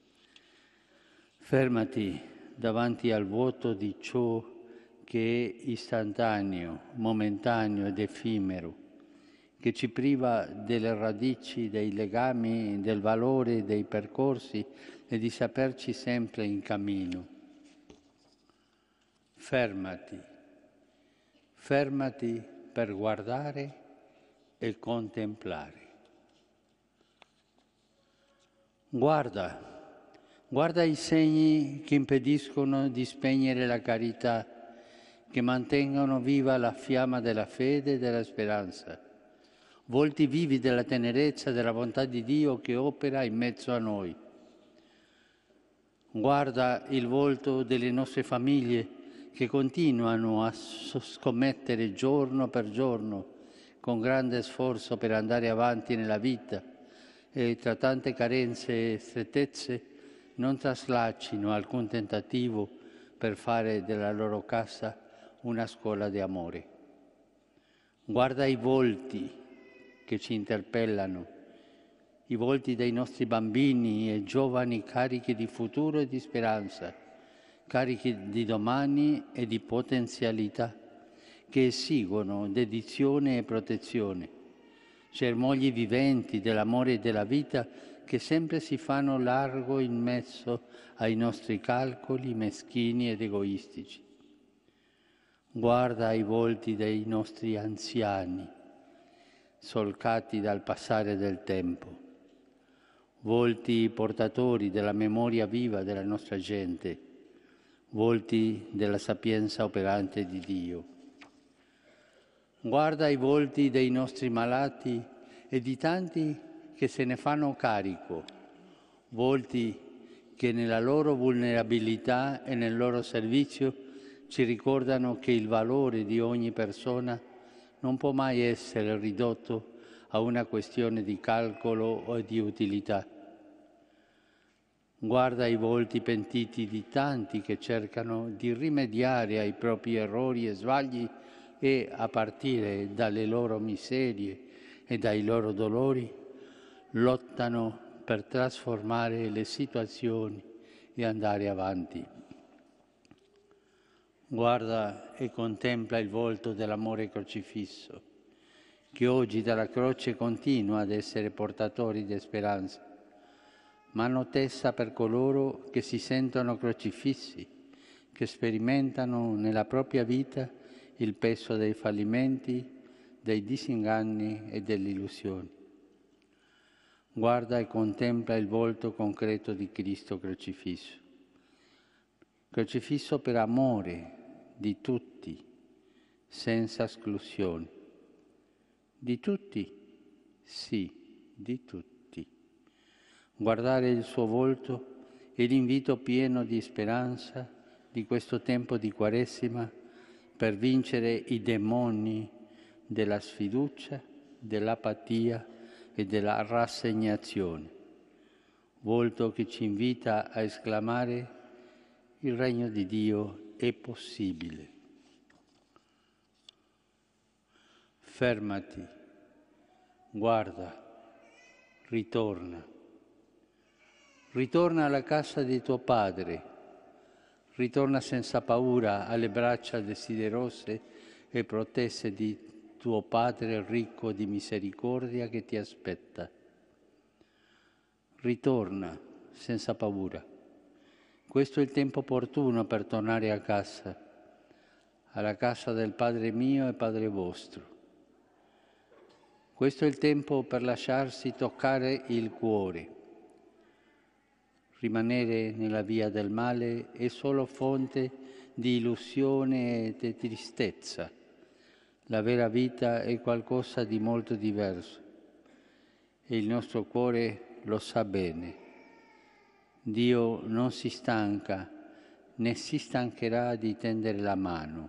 Fermati davanti al vuoto di ciò che è istantaneo, momentaneo ed effimero, che ci priva delle radici, dei legami, del valore dei percorsi e di saperci sempre in cammino. Fermati, fermati per guardare e contemplare. Guarda, guarda i segni che impediscono di spegnere la carità, che mantengono viva la fiamma della fede e della speranza. Volti vivi della tenerezza e della bontà di Dio che opera in mezzo a noi. Guarda il volto delle nostre famiglie che continuano a scommettere giorno per giorno con grande sforzo per andare avanti nella vita e tra tante carenze e strettezze non traslacino alcun tentativo per fare della loro casa una scuola di amore. Guarda i volti che ci interpellano, i volti dei nostri bambini e giovani carichi di futuro e di speranza, carichi di domani e di potenzialità, che esigono dedizione e protezione, germogli viventi dell'amore e della vita che sempre si fanno largo in mezzo ai nostri calcoli meschini ed egoistici. Guarda i volti dei nostri anziani, solcati dal passare del tempo, volti portatori della memoria viva della nostra gente, volti della sapienza operante di Dio. Guarda i volti dei nostri malati e di tanti che se ne fanno carico, volti che nella loro vulnerabilità e nel loro servizio ci ricordano che il valore di ogni persona non può mai essere ridotto a una questione di calcolo o di utilità. Guarda i volti pentiti di tanti che cercano di rimediare ai propri errori e sbagli e, a partire dalle loro miserie e dai loro dolori, lottano per trasformare le situazioni e andare avanti. Guarda e contempla il volto dell'amore crocifisso, che oggi dalla croce continua ad essere portatori di speranza, mano tesa per coloro che si sentono crocifissi, che sperimentano nella propria vita il peso dei fallimenti, dei disinganni e delle illusioni. Guarda e contempla il volto concreto di Cristo crocifisso, crocifisso per amore di tutti, senza esclusione. Di tutti? Sì, di tutti. Guardare il suo volto è l'invito pieno di speranza di questo tempo di Quaresima per vincere i demoni della sfiducia, dell'apatia e della rassegnazione. Volto che ci invita a esclamare: il regno di Dio è possibile. Fermati, guarda, ritorna. Ritorna alla casa di tuo padre, ritorna senza paura alle braccia desiderose e protese di tuo Padre ricco di misericordia che ti aspetta. Ritorna senza paura. Questo è il tempo opportuno per tornare a casa, alla casa del Padre mio e Padre vostro. Questo è il tempo per lasciarsi toccare il cuore. Rimanere nella via del male è solo fonte di illusione e di tristezza. La vera vita è qualcosa di molto diverso e il nostro cuore lo sa bene. Dio non si stanca né si stancherà di tendere la mano.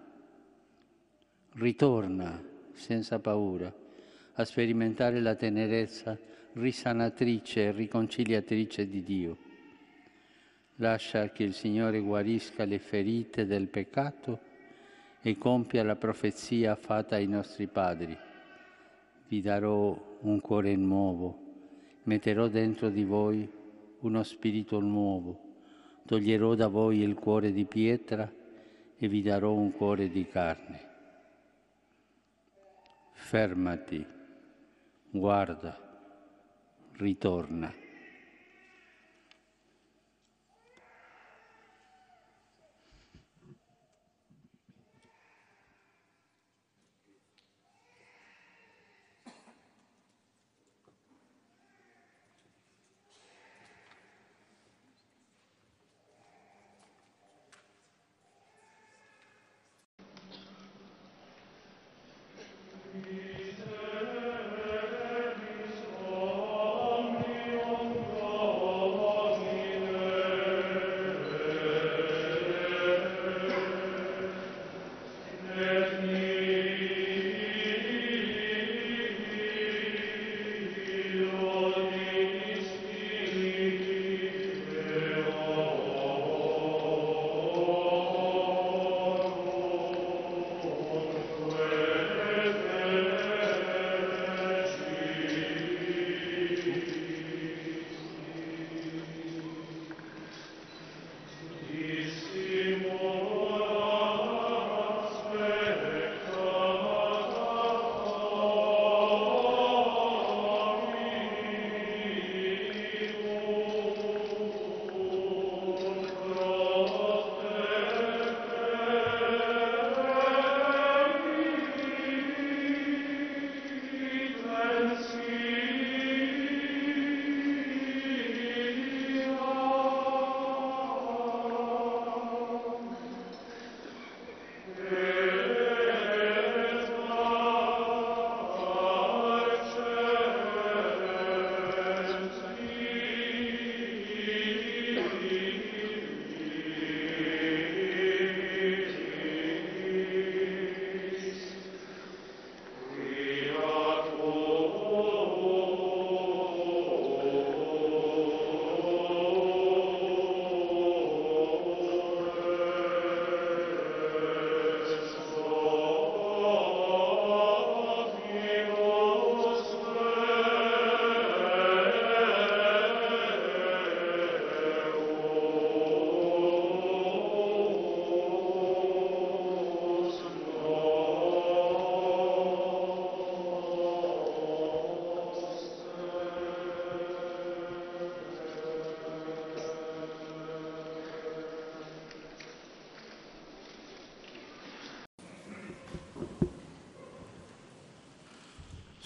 Ritorna senza paura a sperimentare la tenerezza risanatrice e riconciliatrice di Dio. Lascia che il Signore guarisca le ferite del peccato e compia la profezia fatta ai nostri padri. Vi darò un cuore nuovo, metterò dentro di voi uno spirito nuovo, toglierò da voi il cuore di pietra e vi darò un cuore di carne. Fermati, guarda, ritorna.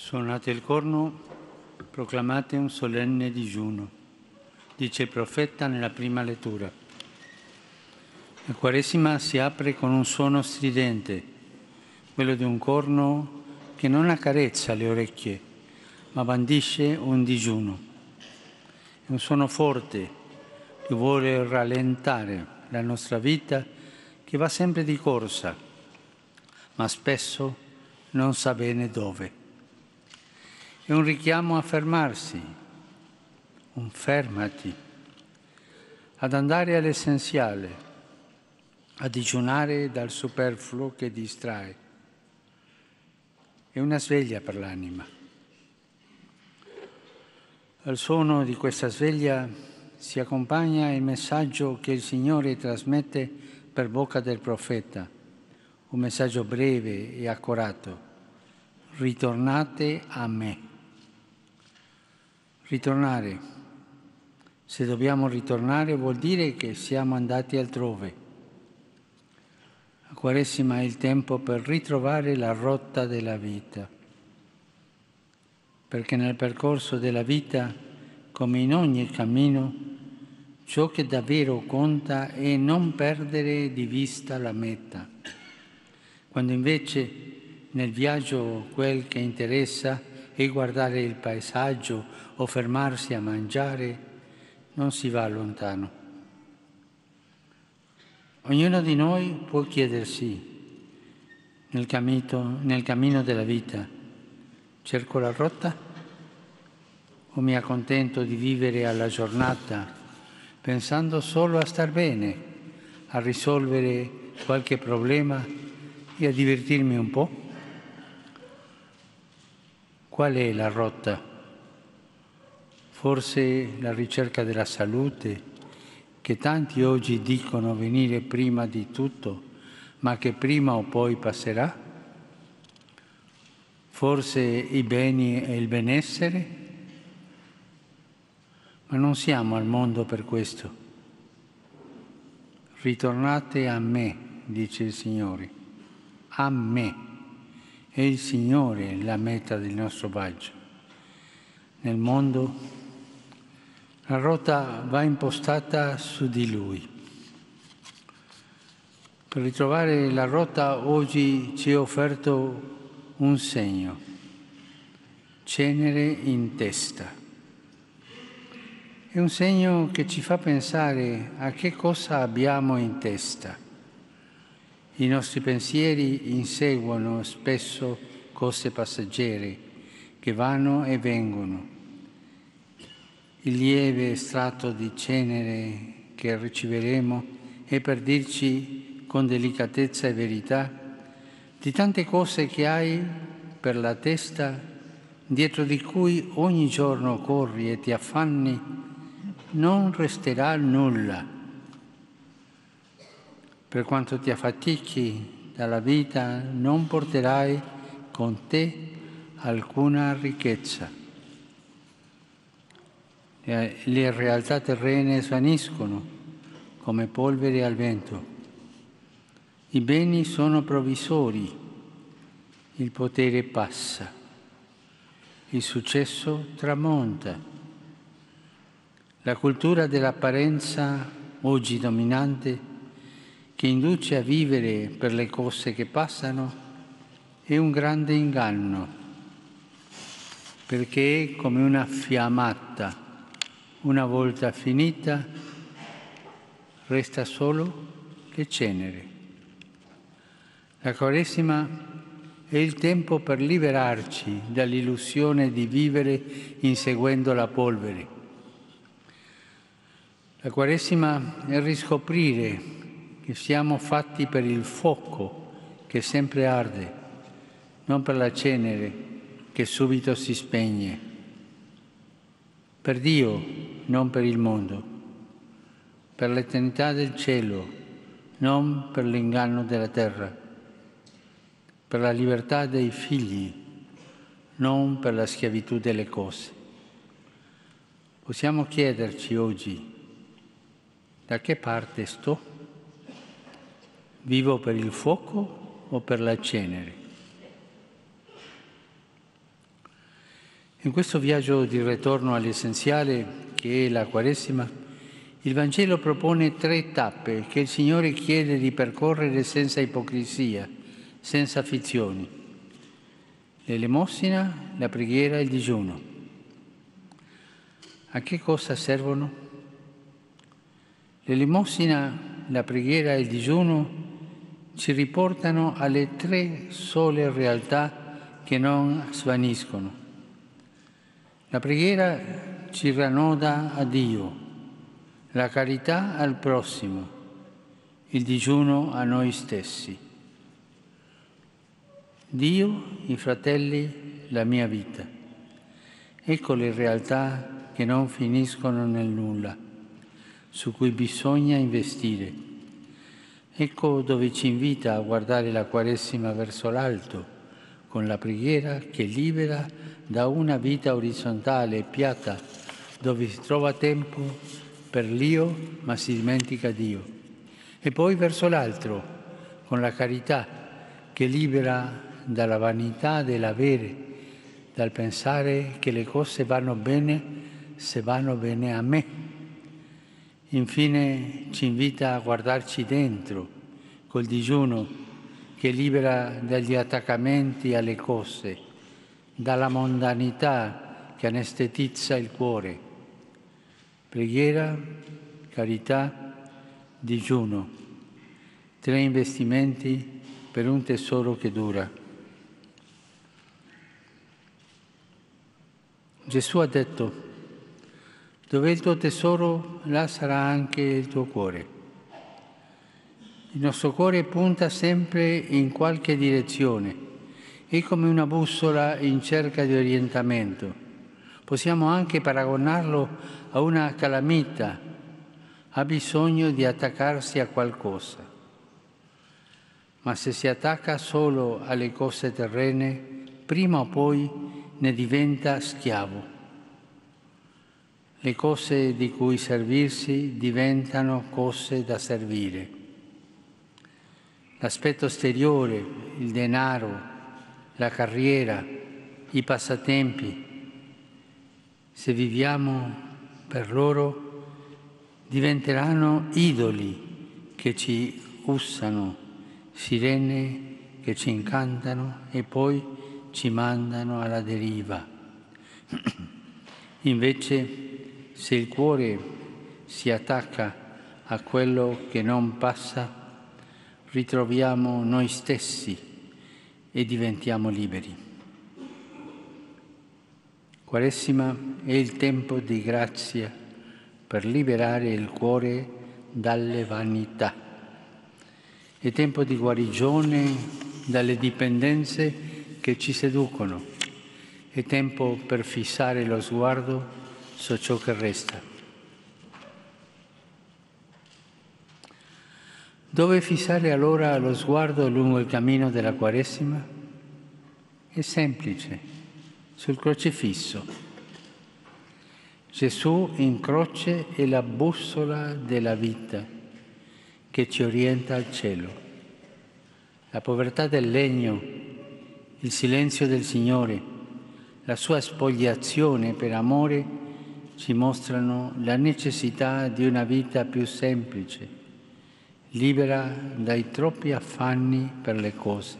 Suonate il corno, proclamate un solenne digiuno, dice il profeta nella prima lettura. La Quaresima si apre con un suono stridente, quello di un corno che non accarezza le orecchie, ma bandisce un digiuno. È un suono forte che vuole rallentare la nostra vita, che va sempre di corsa, ma spesso non sa bene dove. È un richiamo a fermarsi, un fermati, ad andare all'essenziale, a digiunare dal superfluo che distrae. È una sveglia per l'anima. Al suono di questa sveglia si accompagna il messaggio che il Signore trasmette per bocca del profeta, un messaggio breve e accorato. Ritornate a me. Ritornare. Se dobbiamo ritornare vuol dire che siamo andati altrove. La Quaresima è il tempo per ritrovare la rotta della vita, perché nel percorso della vita, come in ogni cammino, ciò che davvero conta è non perdere di vista la meta, quando invece nel viaggio quel che interessa è guardare il paesaggio o fermarsi a mangiare, non si va lontano. Ognuno di noi può chiedersi, nel cammino, nel cammino della vita, cerco la rotta o mi accontento di vivere alla giornata pensando solo a star bene, a risolvere qualche problema e a divertirmi un po'? Qual è la rotta? Forse la ricerca della salute, che tanti oggi dicono venire prima di tutto, ma che prima o poi passerà? Forse i beni e il benessere? Ma non siamo al mondo per questo. Ritornate a me, dice il Signore. A me. È il Signore la meta del nostro viaggio. Nel mondo la rotta va impostata su di Lui. Per ritrovare la rotta oggi ci è offerto un segno, cenere in testa. È un segno che ci fa pensare a che cosa abbiamo in testa. I nostri pensieri inseguono spesso cose passeggere che vanno e vengono. Il lieve strato di cenere che riceveremo è per dirci con delicatezza e verità di tante cose che hai per la testa, dietro di cui ogni giorno corri e ti affanni, non resterà nulla. Per quanto ti affatichi dalla vita, non porterai con te alcuna ricchezza. Le realtà terrene svaniscono come polvere al vento. I beni sono provvisori, il potere passa, il successo tramonta. La cultura dell'apparenza, oggi dominante, che induce a vivere per le cose che passano, è un grande inganno, perché è come una fiammata, una volta finita resta solo le cenere. La Quaresima è il tempo per liberarci dall'illusione di vivere inseguendo la polvere. La Quaresima è riscoprire che siamo fatti per il fuoco che sempre arde, non per la cenere che subito si spegne. Per Dio, non per il mondo. Per l'eternità del cielo, non per l'inganno della terra. Per la libertà dei figli, non per la schiavitù delle cose. Possiamo chiederci oggi, da che parte sto? Vivo per il fuoco o per la cenere? In questo viaggio di ritorno all'essenziale che è la Quaresima, il Vangelo propone tre tappe che il Signore chiede di percorrere senza ipocrisia, senza affizioni: l'elemosina, la preghiera e il digiuno. A che cosa servono? L'elemosina, la preghiera e il digiuno ci riportano alle tre sole realtà che non svaniscono. La preghiera ci rannoda a Dio, la carità al prossimo, il digiuno a noi stessi. Dio, i fratelli, la mia vita. Ecco le realtà che non finiscono nel nulla, su cui bisogna investire. Ecco dove ci invita a guardare la Quaresima verso l'alto, con la preghiera che libera da una vita orizzontale e piatta, dove si trova tempo per l'io ma si dimentica Dio. E poi verso l'altro, con la carità che libera dalla vanità dell'avere, dal pensare che le cose vanno bene se vanno bene a me. Infine ci invita a guardarci dentro, col digiuno che libera dagli attaccamenti alle cose, dalla mondanità che anestetizza il cuore. Preghiera, carità, digiuno, tre investimenti per un tesoro che dura. Gesù ha detto: dove è il tuo tesoro, là sarà anche il tuo cuore. Il nostro cuore punta sempre in qualche direzione, è come una bussola in cerca di orientamento. Possiamo anche paragonarlo a una calamita, ha bisogno di attaccarsi a qualcosa. Ma se si attacca solo alle cose terrene, prima o poi ne diventa schiavo. Le cose di cui servirsi diventano cose da servire. L'aspetto esteriore, il denaro, la carriera, i passatempi, se viviamo per loro, diventeranno idoli che ci usano, sirene che ci incantano e poi ci mandano alla deriva. Invece, se il cuore si attacca a quello che non passa, ritroviamo noi stessi e diventiamo liberi. Quaresima è il tempo di grazia per liberare il cuore dalle vanità. È tempo di guarigione dalle dipendenze che ci seducono. È tempo per fissare lo sguardo su ciò che resta. Dove fissare allora lo sguardo lungo il cammino della Quaresima? È semplice, sul crocifisso. Gesù in croce è la bussola della vita che ci orienta al cielo. La povertà del legno, il silenzio del Signore, la sua spogliazione per amore ci mostrano la necessità di una vita più semplice, libera dai troppi affanni per le cose.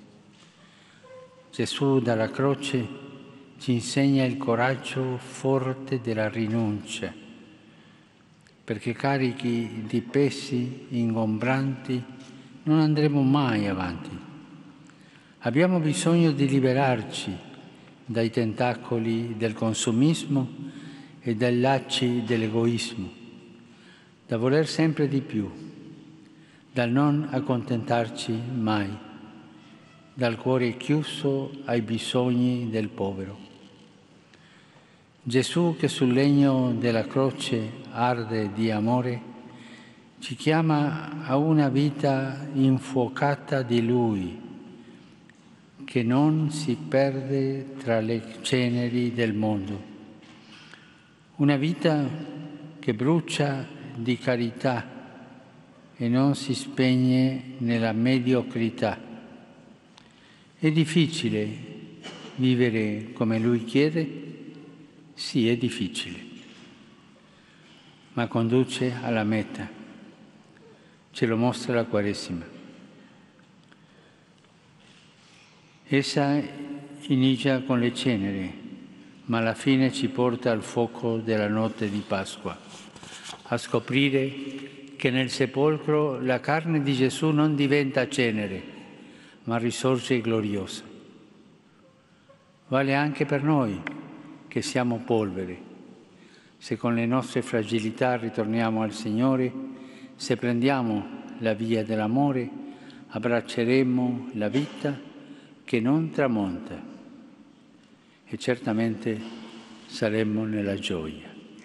Gesù dalla croce ci insegna il coraggio forte della rinuncia, perché carichi di pesi ingombranti non andremo mai avanti. Abbiamo bisogno di liberarci dai tentacoli del consumismo e dai lacci dell'egoismo, da voler sempre di più, dal non accontentarci mai, dal cuore chiuso ai bisogni del povero. Gesù, che sul legno della croce arde di amore, ci chiama a una vita infuocata di Lui, che non si perde tra le ceneri del mondo. Una vita che brucia di carità e non si spegne nella mediocrità. È difficile vivere come Lui chiede, Sì, è difficile, ma conduce alla meta. Ce lo mostra la Quaresima. Essa inizia con le ceneri, ma alla fine ci porta al fuoco della notte di Pasqua, a scoprire che nel sepolcro la carne di Gesù non diventa cenere, ma risorge gloriosa. Vale anche per noi, che siamo polvere. Se con le nostre fragilità ritorniamo al Signore, se prendiamo la via dell'amore, abbracceremo la vita che non tramonta e certamente saremmo nella gioia.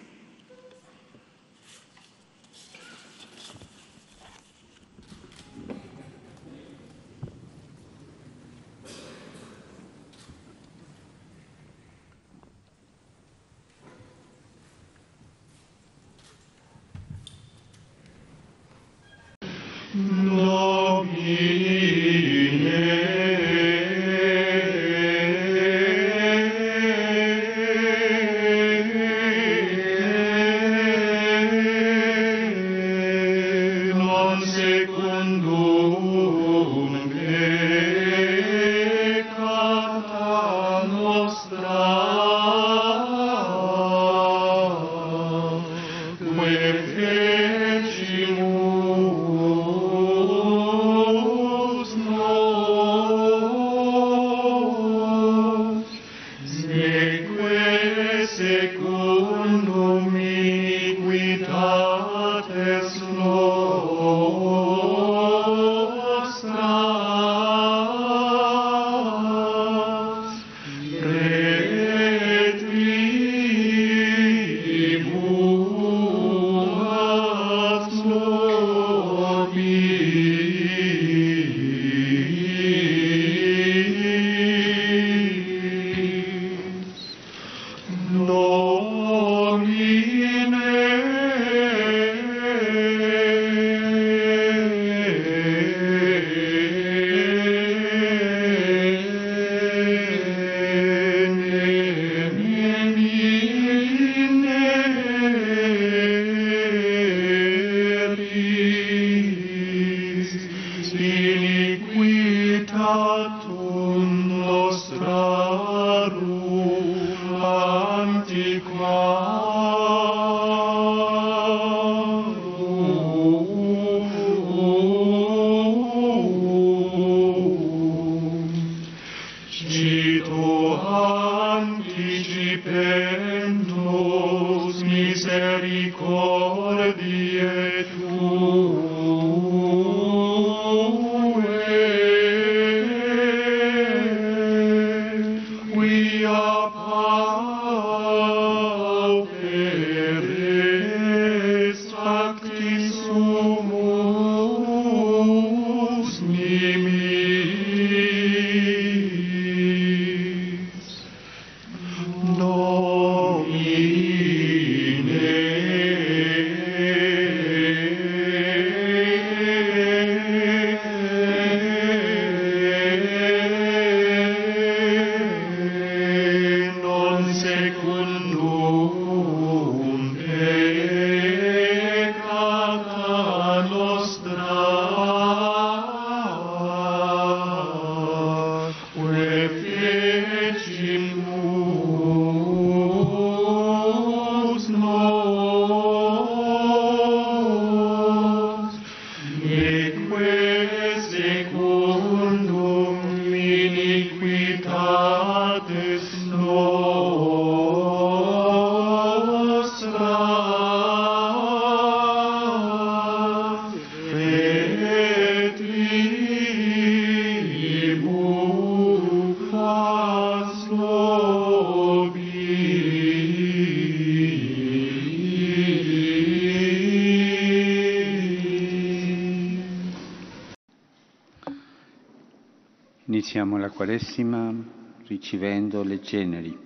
Iniziamo la Quaresima ricevendo le ceneri.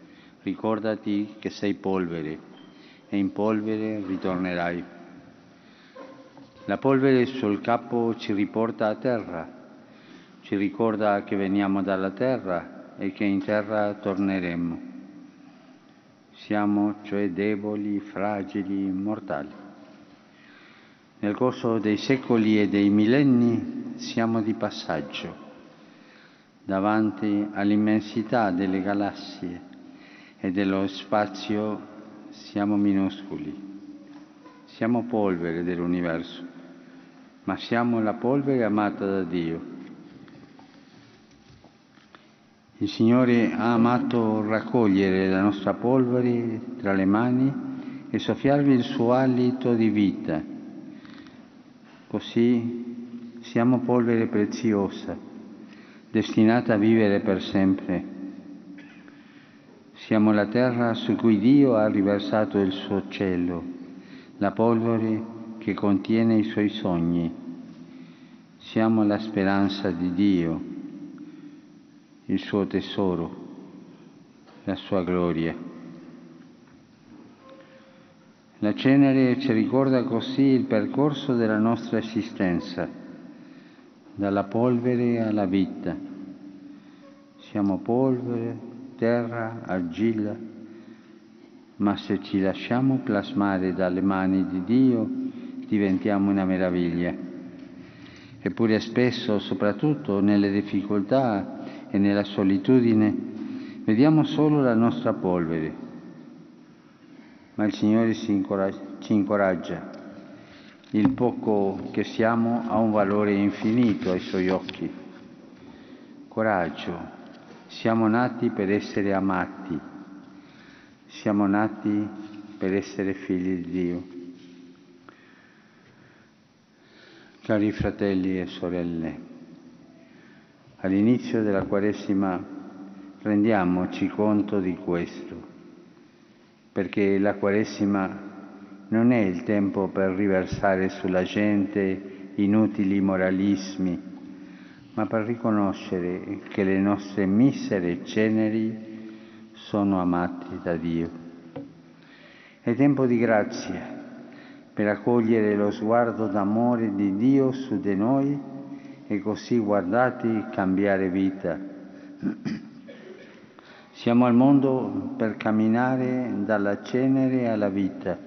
Ricordati che sei polvere e in polvere ritornerai. La polvere sul capo ci riporta a terra, ci ricorda che veniamo dalla terra e che in terra torneremo. Siamo cioè deboli, fragili, mortali. Nel corso dei secoli e dei millenni siamo di passaggio davanti all'immensità delle galassie e dello spazio. Siamo minuscoli, siamo polvere dell'universo, ma siamo la polvere amata da Dio. Il Signore ha amato raccogliere la nostra polvere tra le mani e soffiarvi il suo alito di vita. Così siamo polvere preziosa, destinata a vivere per sempre. Siamo la terra su cui Dio ha riversato il suo cielo, la polvere che contiene i suoi sogni. Siamo la speranza di Dio, il suo tesoro, la sua gloria. La cenere ci ricorda così il percorso della nostra esistenza, dalla polvere alla vita. Siamo polvere, terra, argilla, ma se ci lasciamo plasmare dalle mani di Dio diventiamo una meraviglia. Eppure spesso, soprattutto nelle difficoltà e nella solitudine, vediamo solo la nostra polvere. Ma il Signore ci incoraggia. Il poco che siamo ha un valore infinito ai Suoi occhi. Coraggio, siamo nati per essere amati, siamo nati per essere figli di Dio. Cari fratelli e sorelle, all'inizio della Quaresima rendiamoci conto di questo, perché la Quaresima non è il tempo per riversare sulla gente inutili moralismi, ma per riconoscere che le nostre misere ceneri sono amate da Dio. È tempo di grazia per accogliere lo sguardo d'amore di Dio su di noi e così, guardati, cambiare vita. Siamo al mondo per camminare dalla cenere alla vita.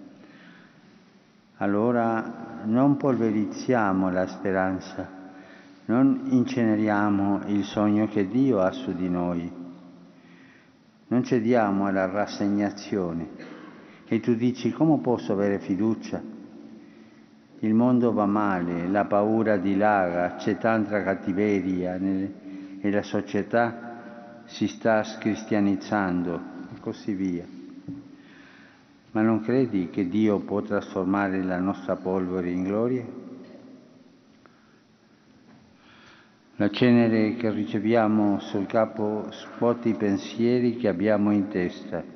Allora non polverizziamo la speranza, non inceneriamo il sogno che Dio ha su di noi, non cediamo alla rassegnazione. E tu dici: come posso avere fiducia? Il mondo va male, la paura dilaga, c'è tanta cattiveria nel, e la società si sta scristianizzando e così via. Ma non credi che Dio può trasformare la nostra polvere in gloria? La cenere che riceviamo sul capo scuote i pensieri che abbiamo in testa.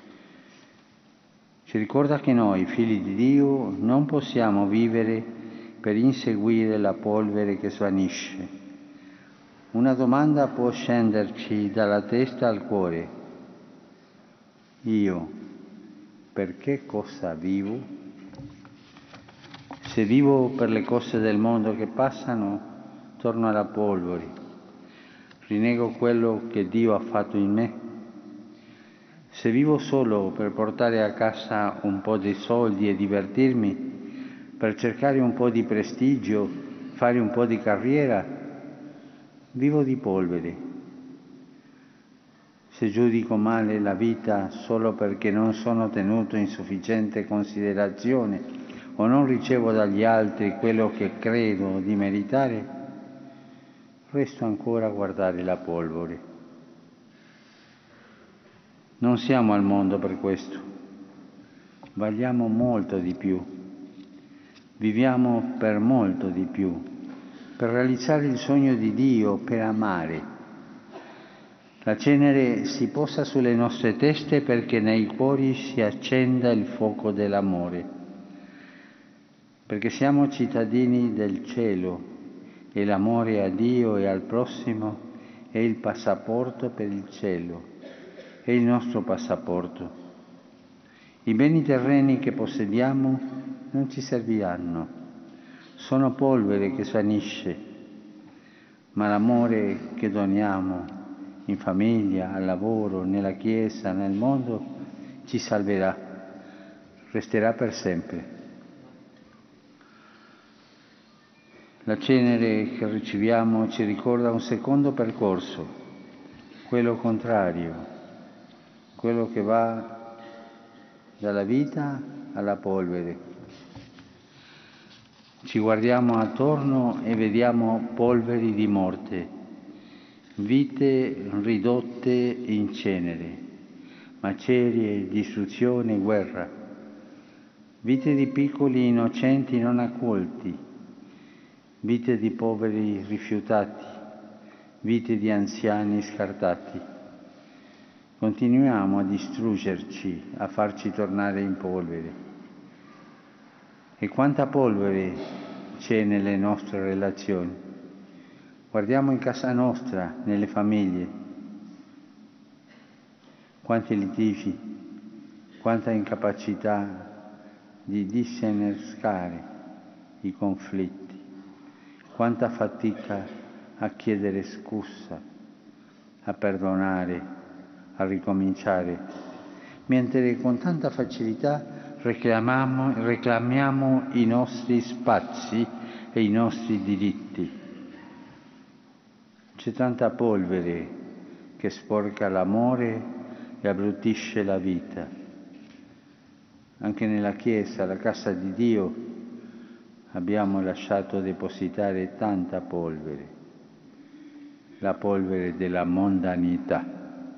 Ci ricorda che noi, figli di Dio, non possiamo vivere per inseguire la polvere che svanisce. Una domanda può scenderci dalla testa al cuore. Io, per che cosa vivo? Se vivo per le cose del mondo che passano, torno alla polvere. Rinego quello che Dio ha fatto in me. Se vivo solo per portare a casa un po' di soldi e divertirmi, per cercare un po' di prestigio, fare un po' di carriera, vivo di polvere. Se giudico male la vita solo perché non sono tenuto in sufficiente considerazione o non ricevo dagli altri quello che credo di meritare, resto ancora a guardare la polvere. Non siamo al mondo per questo, valiamo molto di più, viviamo per molto di più, per realizzare il sogno di Dio, per amare. La cenere si posa sulle nostre teste perché nei cuori si accenda il fuoco dell'amore, perché siamo cittadini del cielo e l'amore a Dio e al prossimo è il passaporto per il cielo. È il nostro passaporto. I beni terreni che possediamo non ci serviranno, sono polvere che svanisce, ma l'amore che doniamo in famiglia, al lavoro, nella Chiesa, nel mondo, ci salverà, resterà per sempre. La cenere che riceviamo ci ricorda un secondo percorso, quello contrario, quello che va dalla vita alla polvere. Ci guardiamo attorno e vediamo polveri di morte, vite ridotte in cenere, macerie, distruzione, guerra, vite di piccoli innocenti non accolti, vite di poveri rifiutati, vite di anziani scartati. Continuiamo a distruggerci, a farci tornare in polvere. E quanta polvere c'è nelle nostre relazioni. Guardiamo in casa nostra, nelle famiglie. Quanti litigi, quanta incapacità di disinnescare i conflitti, quanta fatica a chiedere scusa, a perdonare, a ricominciare, mentre con tanta facilità reclamiamo, reclamiamo i nostri spazi e i nostri diritti. C'è tanta polvere che sporca l'amore e abbruttisce la vita. Anche nella Chiesa, la casa di Dio, abbiamo lasciato depositare tanta polvere, la polvere della mondanità.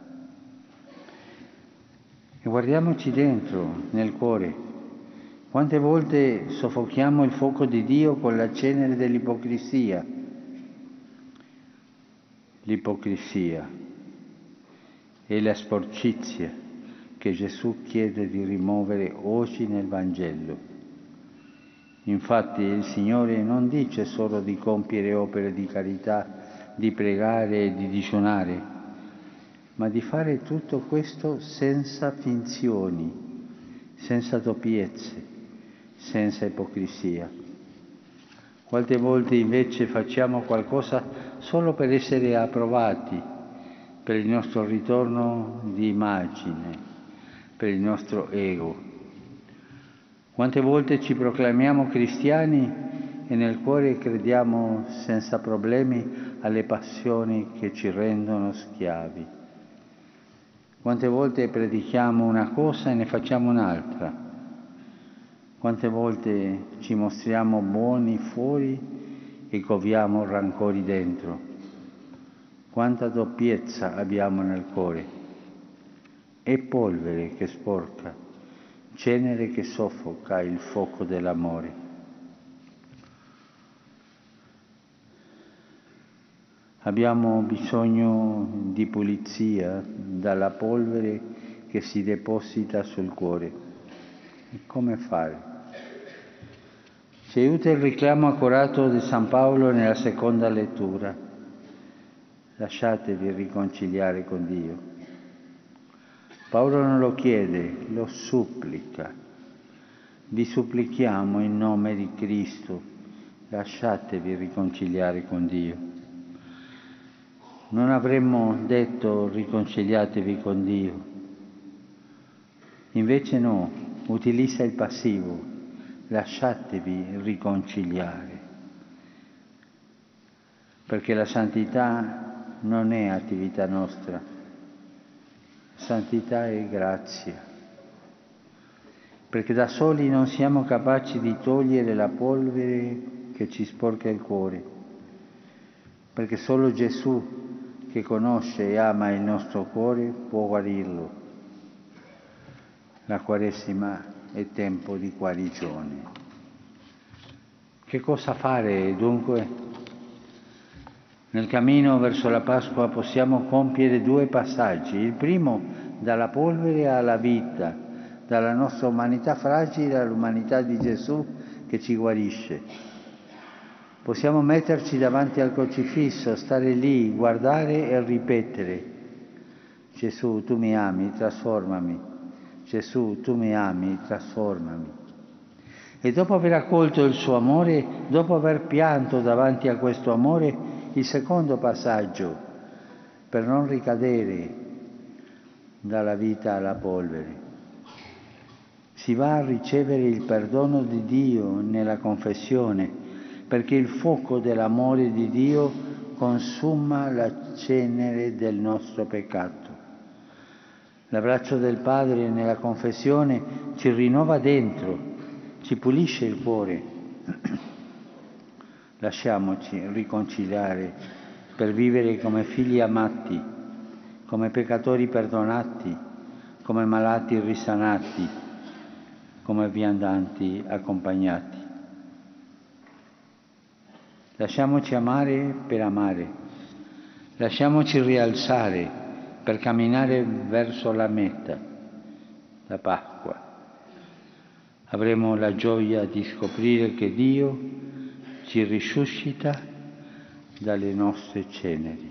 E guardiamoci dentro, nel cuore. Quante volte soffochiamo il fuoco di Dio con la cenere dell'ipocrisia? L'ipocrisia è la sporcizia che Gesù chiede di rimuovere oggi nel Vangelo. Infatti il Signore non dice solo di compiere opere di carità, di pregare e di digiunare, ma di fare tutto questo senza finzioni, senza doppiezze, senza ipocrisia. Quante volte invece facciamo qualcosa solo per essere approvati, per il nostro ritorno di immagine, per il nostro ego. Quante volte ci proclamiamo cristiani e nel cuore crediamo senza problemi alle passioni che ci rendono schiavi. Quante volte predichiamo una cosa e ne facciamo un'altra. Quante volte ci mostriamo buoni fuori e coviamo rancori dentro. Quanta doppiezza abbiamo nel cuore. È polvere che sporca, cenere che soffoca il fuoco dell'amore. Abbiamo bisogno di pulizia dalla polvere che si deposita sul cuore. E come fare? Ci aiuta il richiamo accorato di San Paolo nella seconda lettura. Lasciatevi riconciliare con Dio. Paolo non lo chiede, lo supplica. Vi supplichiamo in nome di Cristo, lasciatevi riconciliare con Dio. Non avremmo detto riconciliatevi con Dio. Invece no, utilizza il passivo, lasciatevi riconciliare. Perché la santità non è attività nostra, santità è grazia. Perché da soli non siamo capaci di togliere la polvere che ci sporca il cuore. Perché solo Gesù, che conosce e ama il nostro cuore, può guarirlo. La Quaresima è tempo di guarigione. Che cosa fare dunque? Nel cammino verso la Pasqua possiamo compiere due passaggi. Il primo, dalla polvere alla vita, dalla nostra umanità fragile all'umanità di Gesù che ci guarisce. Possiamo metterci davanti al crocifisso, stare lì, guardare e ripetere: Gesù, tu mi ami, trasformami. Gesù, tu mi ami, trasformami. E dopo aver accolto il suo amore, dopo aver pianto davanti a questo amore, il secondo passaggio, per non ricadere dalla vita alla polvere. si va a ricevere il perdono di Dio nella confessione, perché il fuoco dell'amore di Dio consuma la cenere del nostro peccato. L'abbraccio del Padre nella confessione ci rinnova dentro, ci pulisce il cuore. Lasciamoci riconciliare per vivere come figli amati, come peccatori perdonati, come malati risanati, come viandanti accompagnati. Lasciamoci amare per amare, lasciamoci rialzare per camminare verso la meta, la Pasqua. Avremo la gioia di scoprire che Dio ci risuscita dalle nostre ceneri.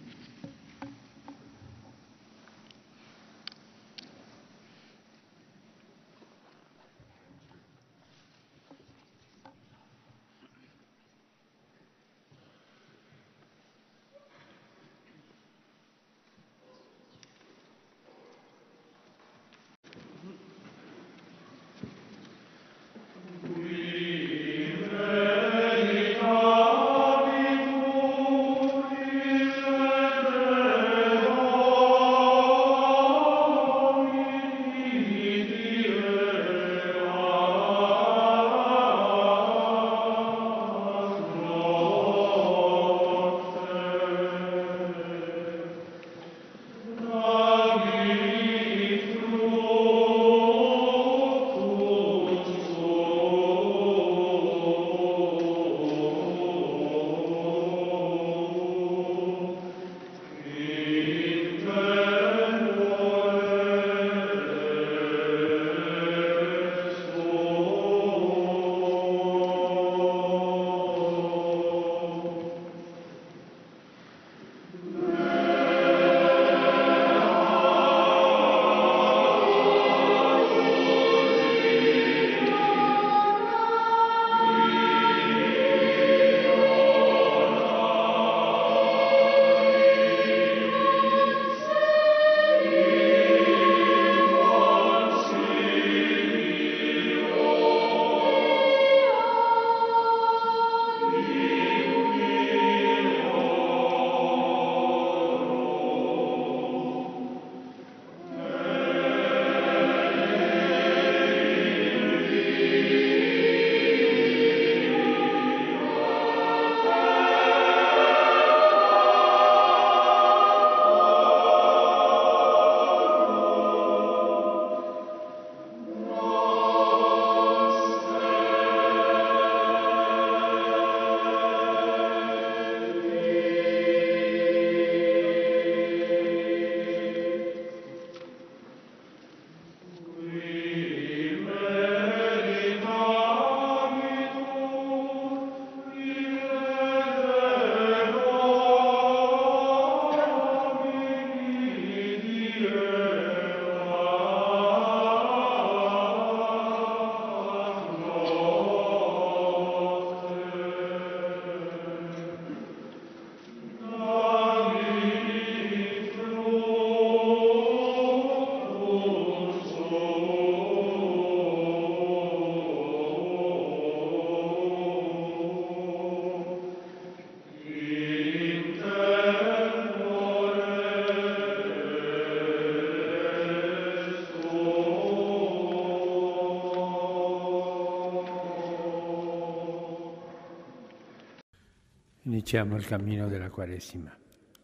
Iniziamo il cammino della Quaresima.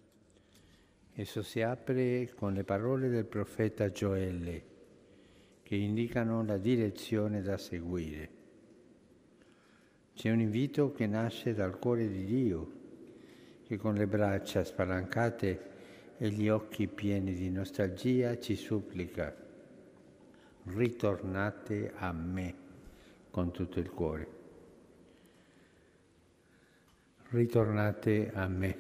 Esso si apre con le parole del profeta Gioele, che indicano la direzione da seguire. C'è un invito che nasce dal cuore di Dio, che con le braccia spalancate e gli occhi pieni di nostalgia ci supplica: ritornate a me con tutto il cuore. Ritornate a me.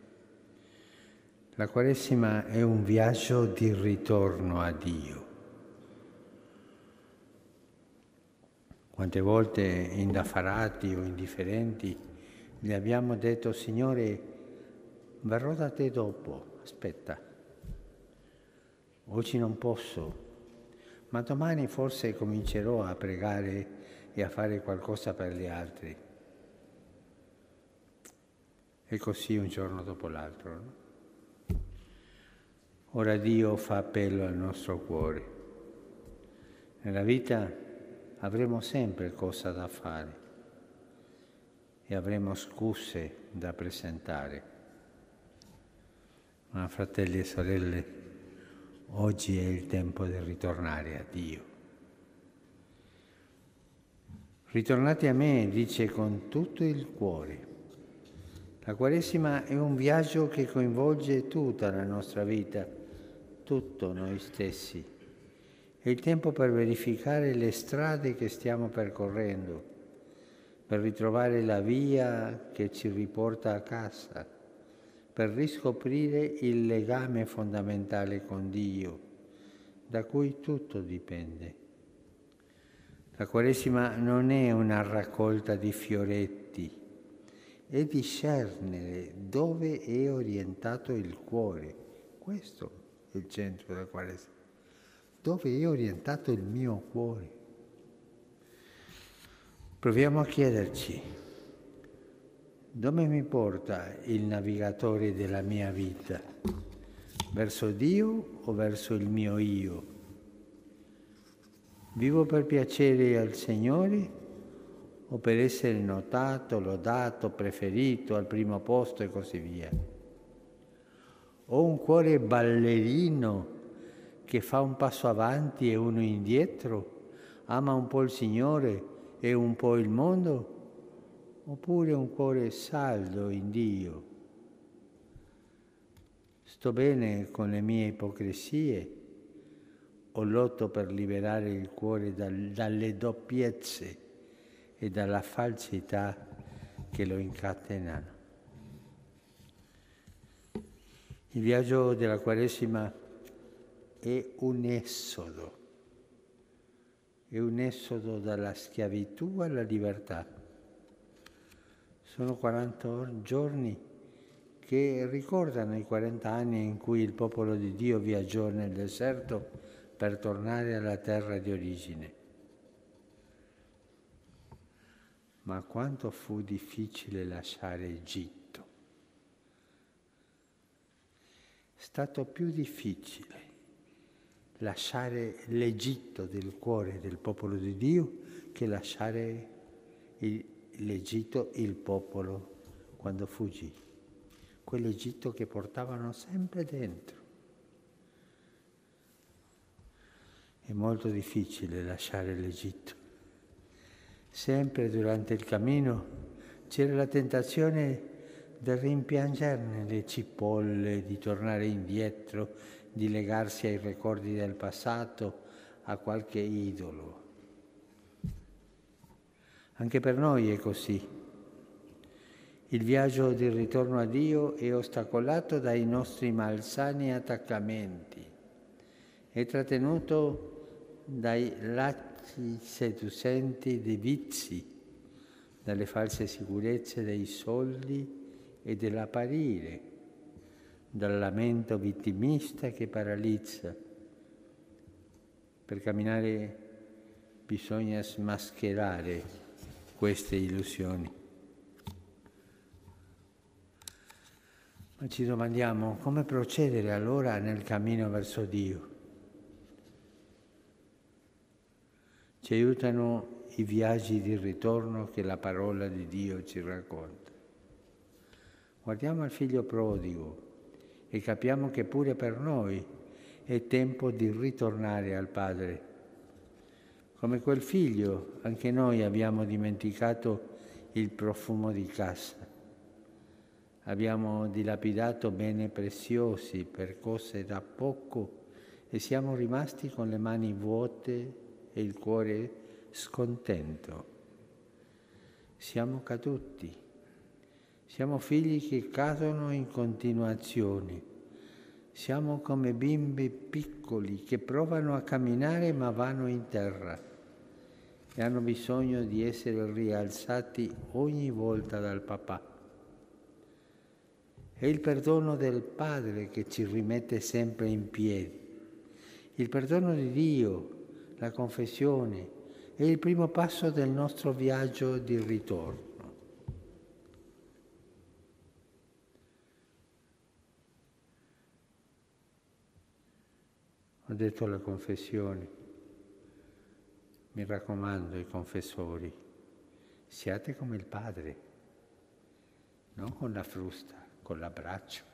La Quaresima è un viaggio di ritorno a Dio. Quante volte indaffarati o indifferenti gli abbiamo detto: Signore, verrò da te dopo, aspetta. Oggi non posso, ma domani forse comincerò a pregare e a fare qualcosa per gli altri. E così un giorno dopo l'altro, no? Ora Dio fa appello al nostro cuore. Nella vita avremo sempre cosa da fare e avremo scuse da presentare. Ma fratelli e sorelle, oggi è il tempo di ritornare a Dio. Ritornate a me, dice, con tutto il cuore. La Quaresima è un viaggio che coinvolge tutta la nostra vita, tutto noi stessi. È il tempo per verificare le strade che stiamo percorrendo, per ritrovare la via che ci riporta a casa, per riscoprire il legame fondamentale con Dio, da cui tutto dipende. La Quaresima non è una raccolta di fioretti, è discernere dove è orientato il cuore. Questo è il centro della Quaresima. Dove è orientato il mio cuore? Proviamo a chiederci, dove mi porta il navigatore della mia vita? Verso Dio o verso il mio io? Vivo per piacere al Signore o per essere notato, lodato, preferito, al primo posto e così via? Ho un cuore ballerino che fa un passo avanti e uno indietro, ama un po' il Signore e un po' il mondo, oppure un cuore saldo in Dio? Sto bene con le mie ipocrisie o lotto per liberare il cuore dal, dalle doppiezze e dalla falsità che lo incatenano? Il viaggio della Quaresima è un esodo, è un esodo dalla schiavitù alla libertà. Sono quaranta giorni che ricordano i quaranta anni in cui il popolo di Dio viaggiò nel deserto per tornare alla terra di origine. Ma quanto fu difficile lasciare Egitto. È stato più difficile lasciare l'Egitto del cuore del popolo di Dio che lasciare il, l'Egitto, il popolo, quando fuggì. Quell'Egitto che portavano sempre dentro. È molto difficile lasciare l'Egitto. Sempre durante il cammino c'era la tentazione di rimpiangerne le cipolle, di tornare indietro, di legarsi ai ricordi del passato, a qualche idolo. Anche per noi è così. Il viaggio di ritorno a Dio è ostacolato dai nostri malsani attaccamenti, è trattenuto dai lacci seducenti dei vizi, dalle false sicurezze dei soldi e dell'apparire, dal lamento vittimista che paralizza. Per camminare bisogna smascherare queste illusioni. Ma ci domandiamo come procedere allora nel cammino verso Dio. Ci aiutano i viaggi di ritorno che la parola di Dio ci racconta. Guardiamo al figlio prodigo e capiamo che pure per noi è tempo di ritornare al Padre. Come quel figlio, anche noi abbiamo dimenticato il profumo di casa. Abbiamo dilapidato beni preziosi per cose da poco e siamo rimasti con le mani vuote e il cuore scontento. Siamo caduti. Siamo figli che cadono in continuazione. Siamo come bimbi piccoli che provano a camminare ma vanno in terra e hanno bisogno di essere rialzati ogni volta dal papà. È il perdono del Padre che ci rimette sempre in piedi. Il perdono di Dio la confessione è il primo passo del nostro viaggio di ritorno. Ho detto la confessione, mi raccomando ai confessori, siate come il Padre, non con la frusta, con l'abbraccio.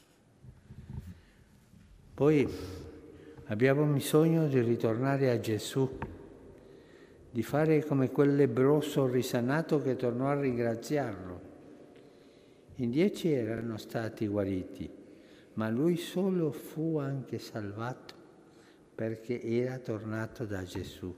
Poi abbiamo bisogno di ritornare a Gesù, di fare come quel lebbroso risanato che tornò a ringraziarlo. In dieci erano stati guariti, ma lui solo fu anche salvato perché era tornato da Gesù.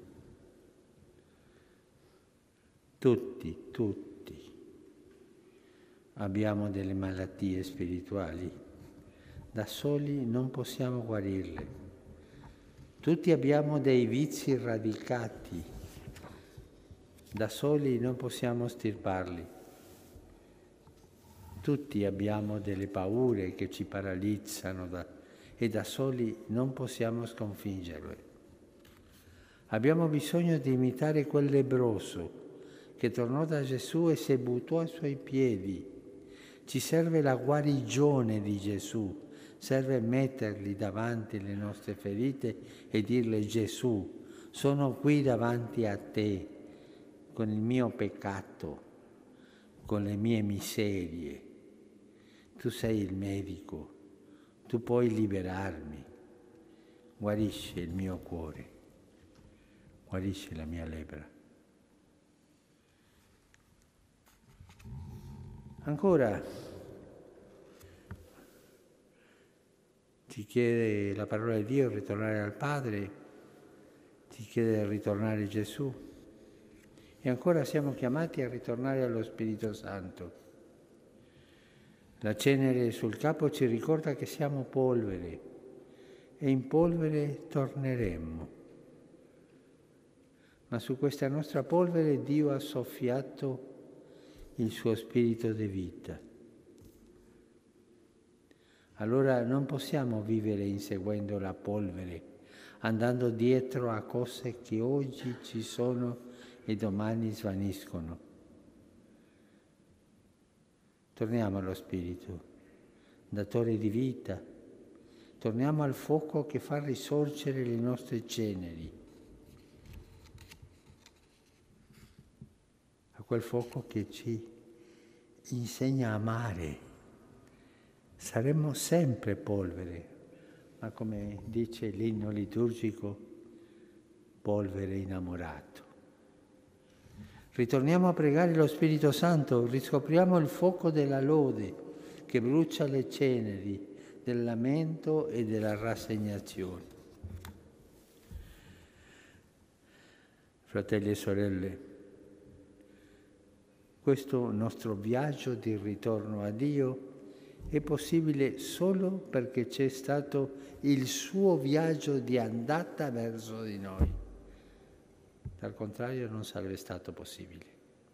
Tutti, tutti abbiamo delle malattie spirituali, da soli non possiamo guarirle. Tutti abbiamo dei vizi radicati, da soli non possiamo stirparli. Tutti abbiamo delle paure che ci paralizzano da, e da soli non possiamo sconfiggerle. Abbiamo bisogno di imitare quel lebbroso che tornò da Gesù e si buttò ai suoi piedi. Ci serve la guarigione di Gesù, serve metterli davanti alle nostre ferite e dirle: Gesù, sono qui davanti a te con il mio peccato, con le mie miserie. Tu sei il medico, tu puoi liberarmi. Guarisci il mio cuore, guarisci la mia lebbra. Ancora ci chiede la parola di Dio di ritornare al Padre, ci chiede di ritornare a Gesù e ancora siamo chiamati a ritornare allo Spirito Santo. La cenere sul capo ci ricorda che siamo polvere e in polvere torneremo. Ma su questa nostra polvere Dio ha soffiato il suo spirito di vita. Allora non possiamo vivere inseguendo la polvere, andando dietro a cose che oggi ci sono e domani svaniscono. Torniamo allo Spirito, datore di vita, torniamo al fuoco che fa risorgere le nostre ceneri, a quel fuoco che ci insegna a amare. Saremmo sempre polvere, ma come dice l'inno liturgico, polvere innamorato. Ritorniamo a pregare lo Spirito Santo, riscopriamo il fuoco della lode che brucia le ceneri del lamento e della rassegnazione. Fratelli e sorelle, questo nostro viaggio di ritorno a Dio è possibile solo perché c'è stato il suo viaggio di andata verso di noi. Al contrario non sarebbe stato possibile.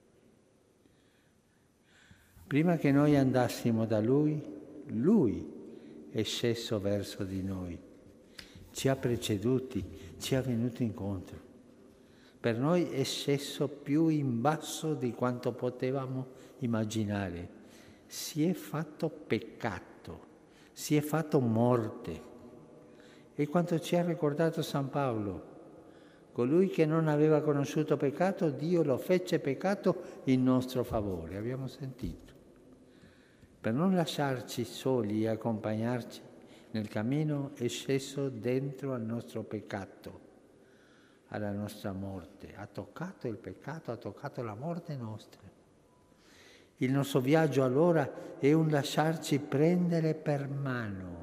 Prima che noi andassimo da Lui, Lui è sceso verso di noi, ci ha preceduti, ci è venuto incontro. Per noi è sceso più in basso di quanto potevamo immaginare. Si è fatto peccato, si è fatto morte. E quanto ci ha ricordato San Paolo, colui che non aveva conosciuto peccato, Dio lo fece peccato in nostro favore, abbiamo sentito. Per non lasciarci soli e accompagnarci nel cammino è sceso dentro al nostro peccato, alla nostra morte. Ha toccato il peccato, ha toccato la morte nostra. Il nostro viaggio allora è un lasciarci prendere per mano.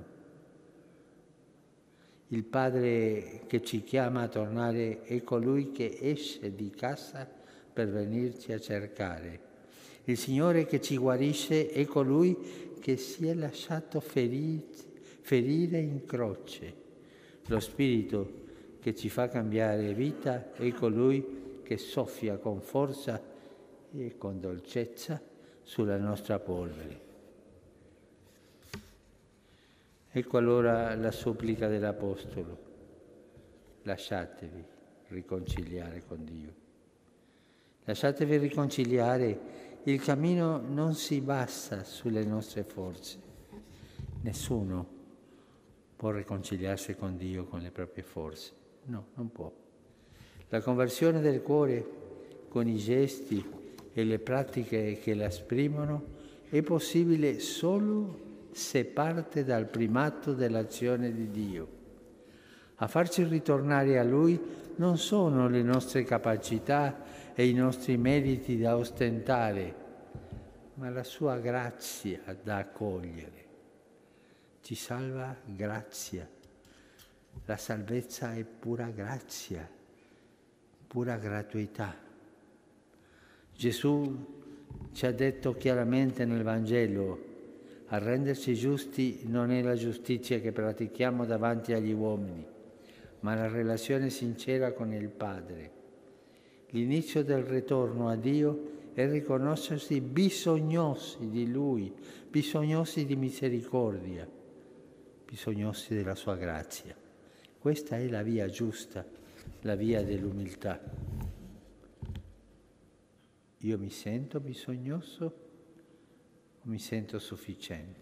Il Padre che ci chiama a tornare è colui che esce di casa per venirci a cercare. Il Signore che ci guarisce è colui che si è lasciato ferire, ferire in croce. Lo Spirito che ci fa cambiare vita è colui che soffia con forza e con dolcezza sulla nostra polvere. Ecco allora la supplica dell'Apostolo: lasciatevi riconciliare con Dio. Lasciatevi riconciliare, il cammino non si basa sulle nostre forze. Nessuno può riconciliarsi con Dio con le proprie forze. No, non può. La conversione del cuore con i gesti e le pratiche che la esprimono è possibile solo se parte dal primato dell'azione di Dio. A farci ritornare a Lui non sono le nostre capacità e i nostri meriti da ostentare, ma la sua grazia da accogliere. Ci salva grazia. La salvezza è pura grazia, pura gratuità. Gesù ci ha detto chiaramente nel Vangelo: a renderci giusti non è la giustizia che pratichiamo davanti agli uomini, ma la relazione sincera con il Padre. L'inizio del ritorno a Dio è riconoscersi bisognosi di Lui, bisognosi di misericordia, bisognosi della sua grazia. Questa è la via giusta, la via dell'umiltà. Io mi sento bisognoso o mi sento sufficiente?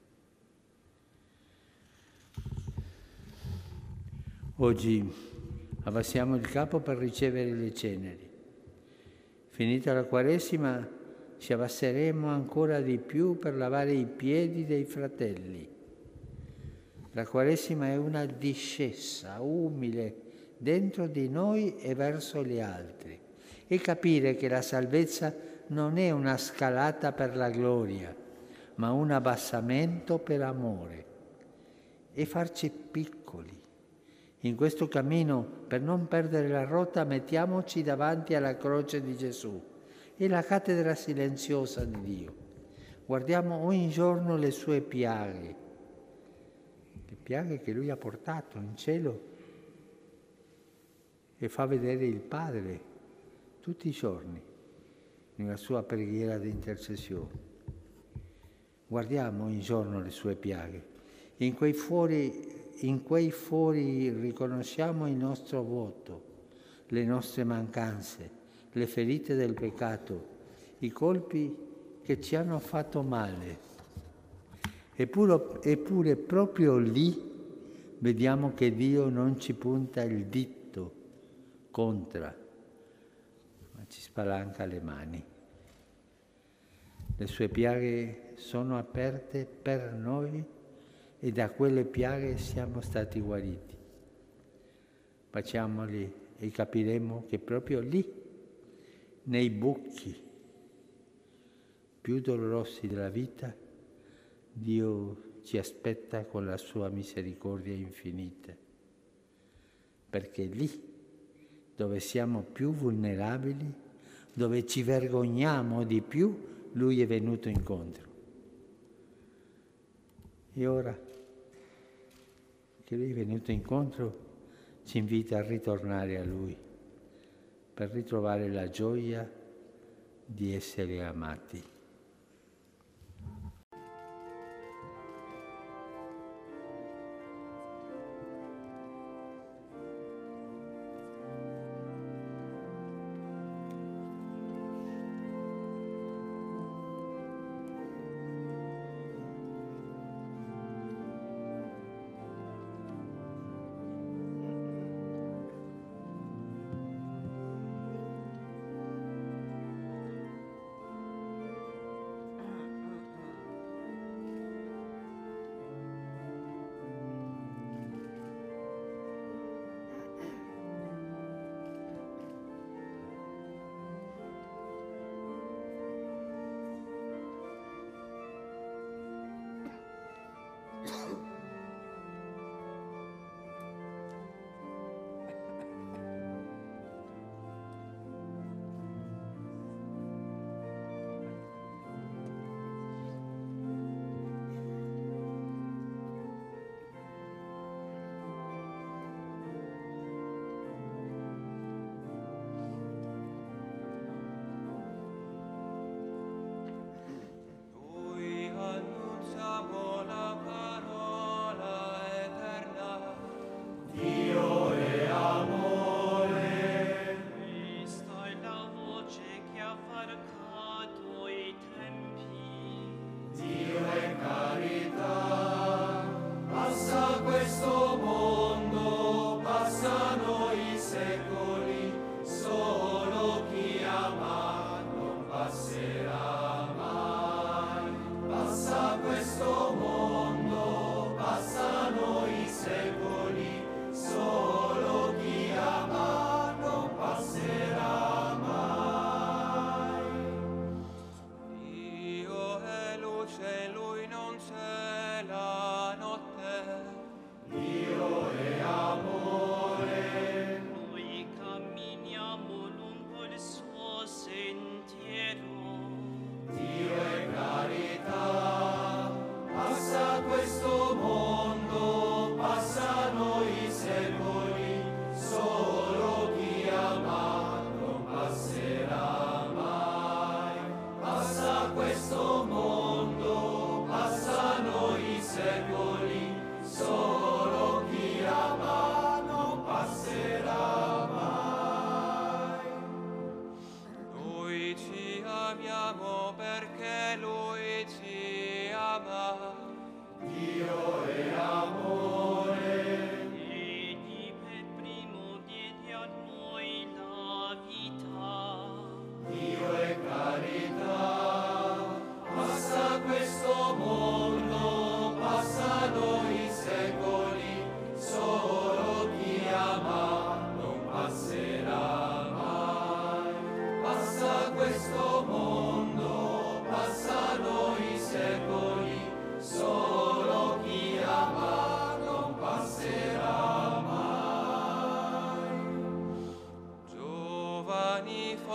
Oggi abbassiamo il capo per ricevere le ceneri. Finita la Quaresima ci abbasseremo ancora di più per lavare i piedi dei fratelli. La Quaresima è una discesa umile dentro di noi e verso gli altri, e capire che la salvezza non è una scalata per la gloria, ma un abbassamento per amore, e farci piccoli. In questo cammino, per non perdere la rotta, mettiamoci davanti alla croce di Gesù e la cattedra silenziosa di Dio. Guardiamo ogni giorno le sue piaghe, le piaghe che Lui ha portato in cielo, e fa vedere il Padre tutti i giorni nella sua preghiera di intercessione. Guardiamo ogni giorno le sue piaghe. In quei fuori In quei fuori riconosciamo il nostro vuoto, le nostre mancanze, le ferite del peccato, i colpi che ci hanno fatto male. Eppure, eppure proprio lì vediamo che Dio non ci punta il dito contro, ma ci spalanca le mani. Le sue piaghe sono aperte per noi e da quelle piaghe siamo stati guariti. Facciamoli e capiremo che proprio lì, nei buchi più dolorosi della vita, Dio ci aspetta con la sua misericordia infinita. Perché lì, dove siamo più vulnerabili, dove ci vergogniamo di più, Lui è venuto incontro. E ora che Lui è venuto incontro, ci invita a ritornare a Lui per ritrovare la gioia di essere amati.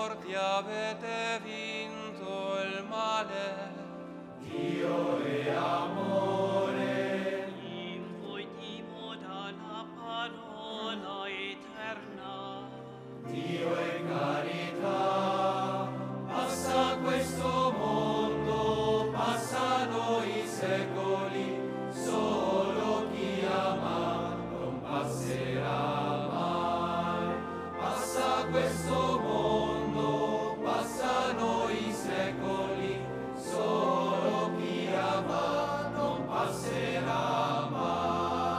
forti avete vinto il male. Dio è amore. In voi dimora la parola eterna. Dio è carità. Passa questo mondo, passano i secoli, solo chi ama non passerà mai. Passa questo mondo, passano i secoli, solo chi ama non passerà mai.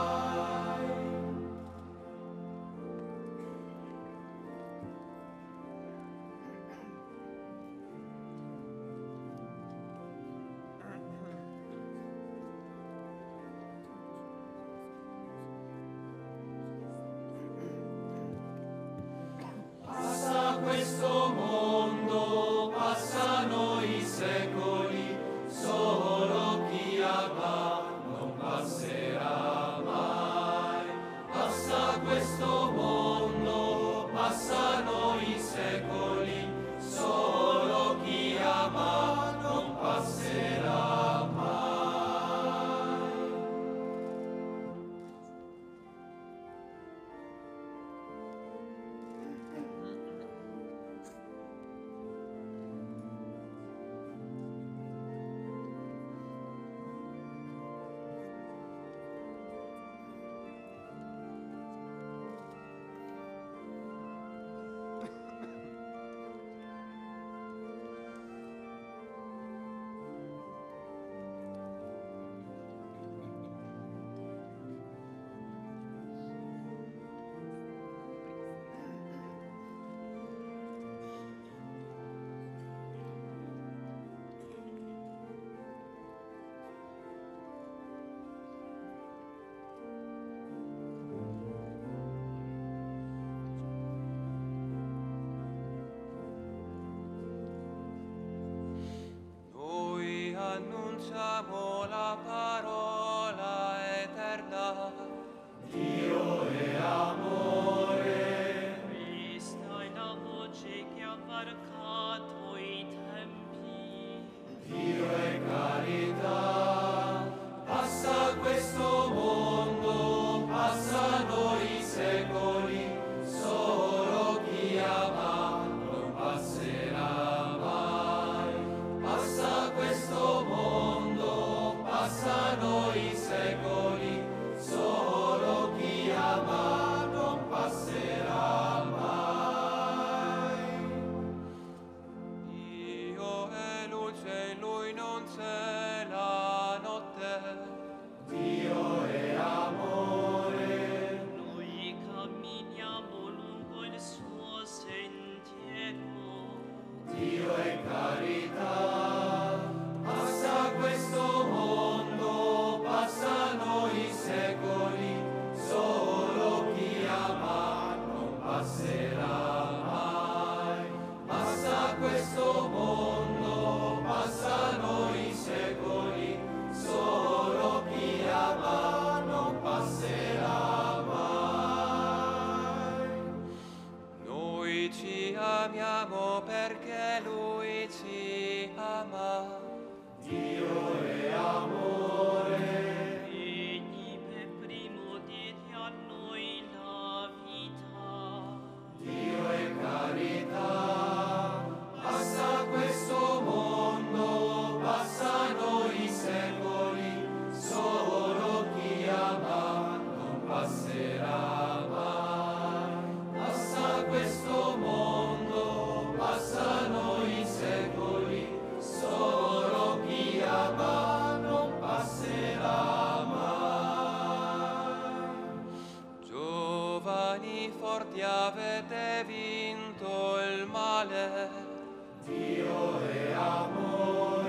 Passa questo mondo, passano i secoli, solo chi ama non passerà mai. Passa questo mondo, passano i secoli, solo chi ama non passerà mai. Noi annunciamo la parola eterna. Dio è amore. Questa è la voce che ha varcato i tempi. Dio è carità. Passa questo mondo, passano i secoli, solo chi ama non passerà mai. Passa questo mondo, passano i secoli, solo chi ama non passerà mai. Dio è luce, in lui non c'è la notte. Dio è amore. Noi camminiamo lungo il suo sentiero. Dio è carità. Passa questo mondo, passano i secoli, solo chi ama non passerà mai. Passa questo mondo, passano i secoli, solo chi ama non passerà mai. Noi ci amiamo perché lui ci ama. Dio è amore. Egli per primo diede a noi la vita. Dio è carità. Passa questo mondo, passano i secoli, solo chi ama non passerà mai. Passa questo mondo, passano i secoli, solo chi ama non passerà mai. Giovani forti avete vinto il male. Dio è amore.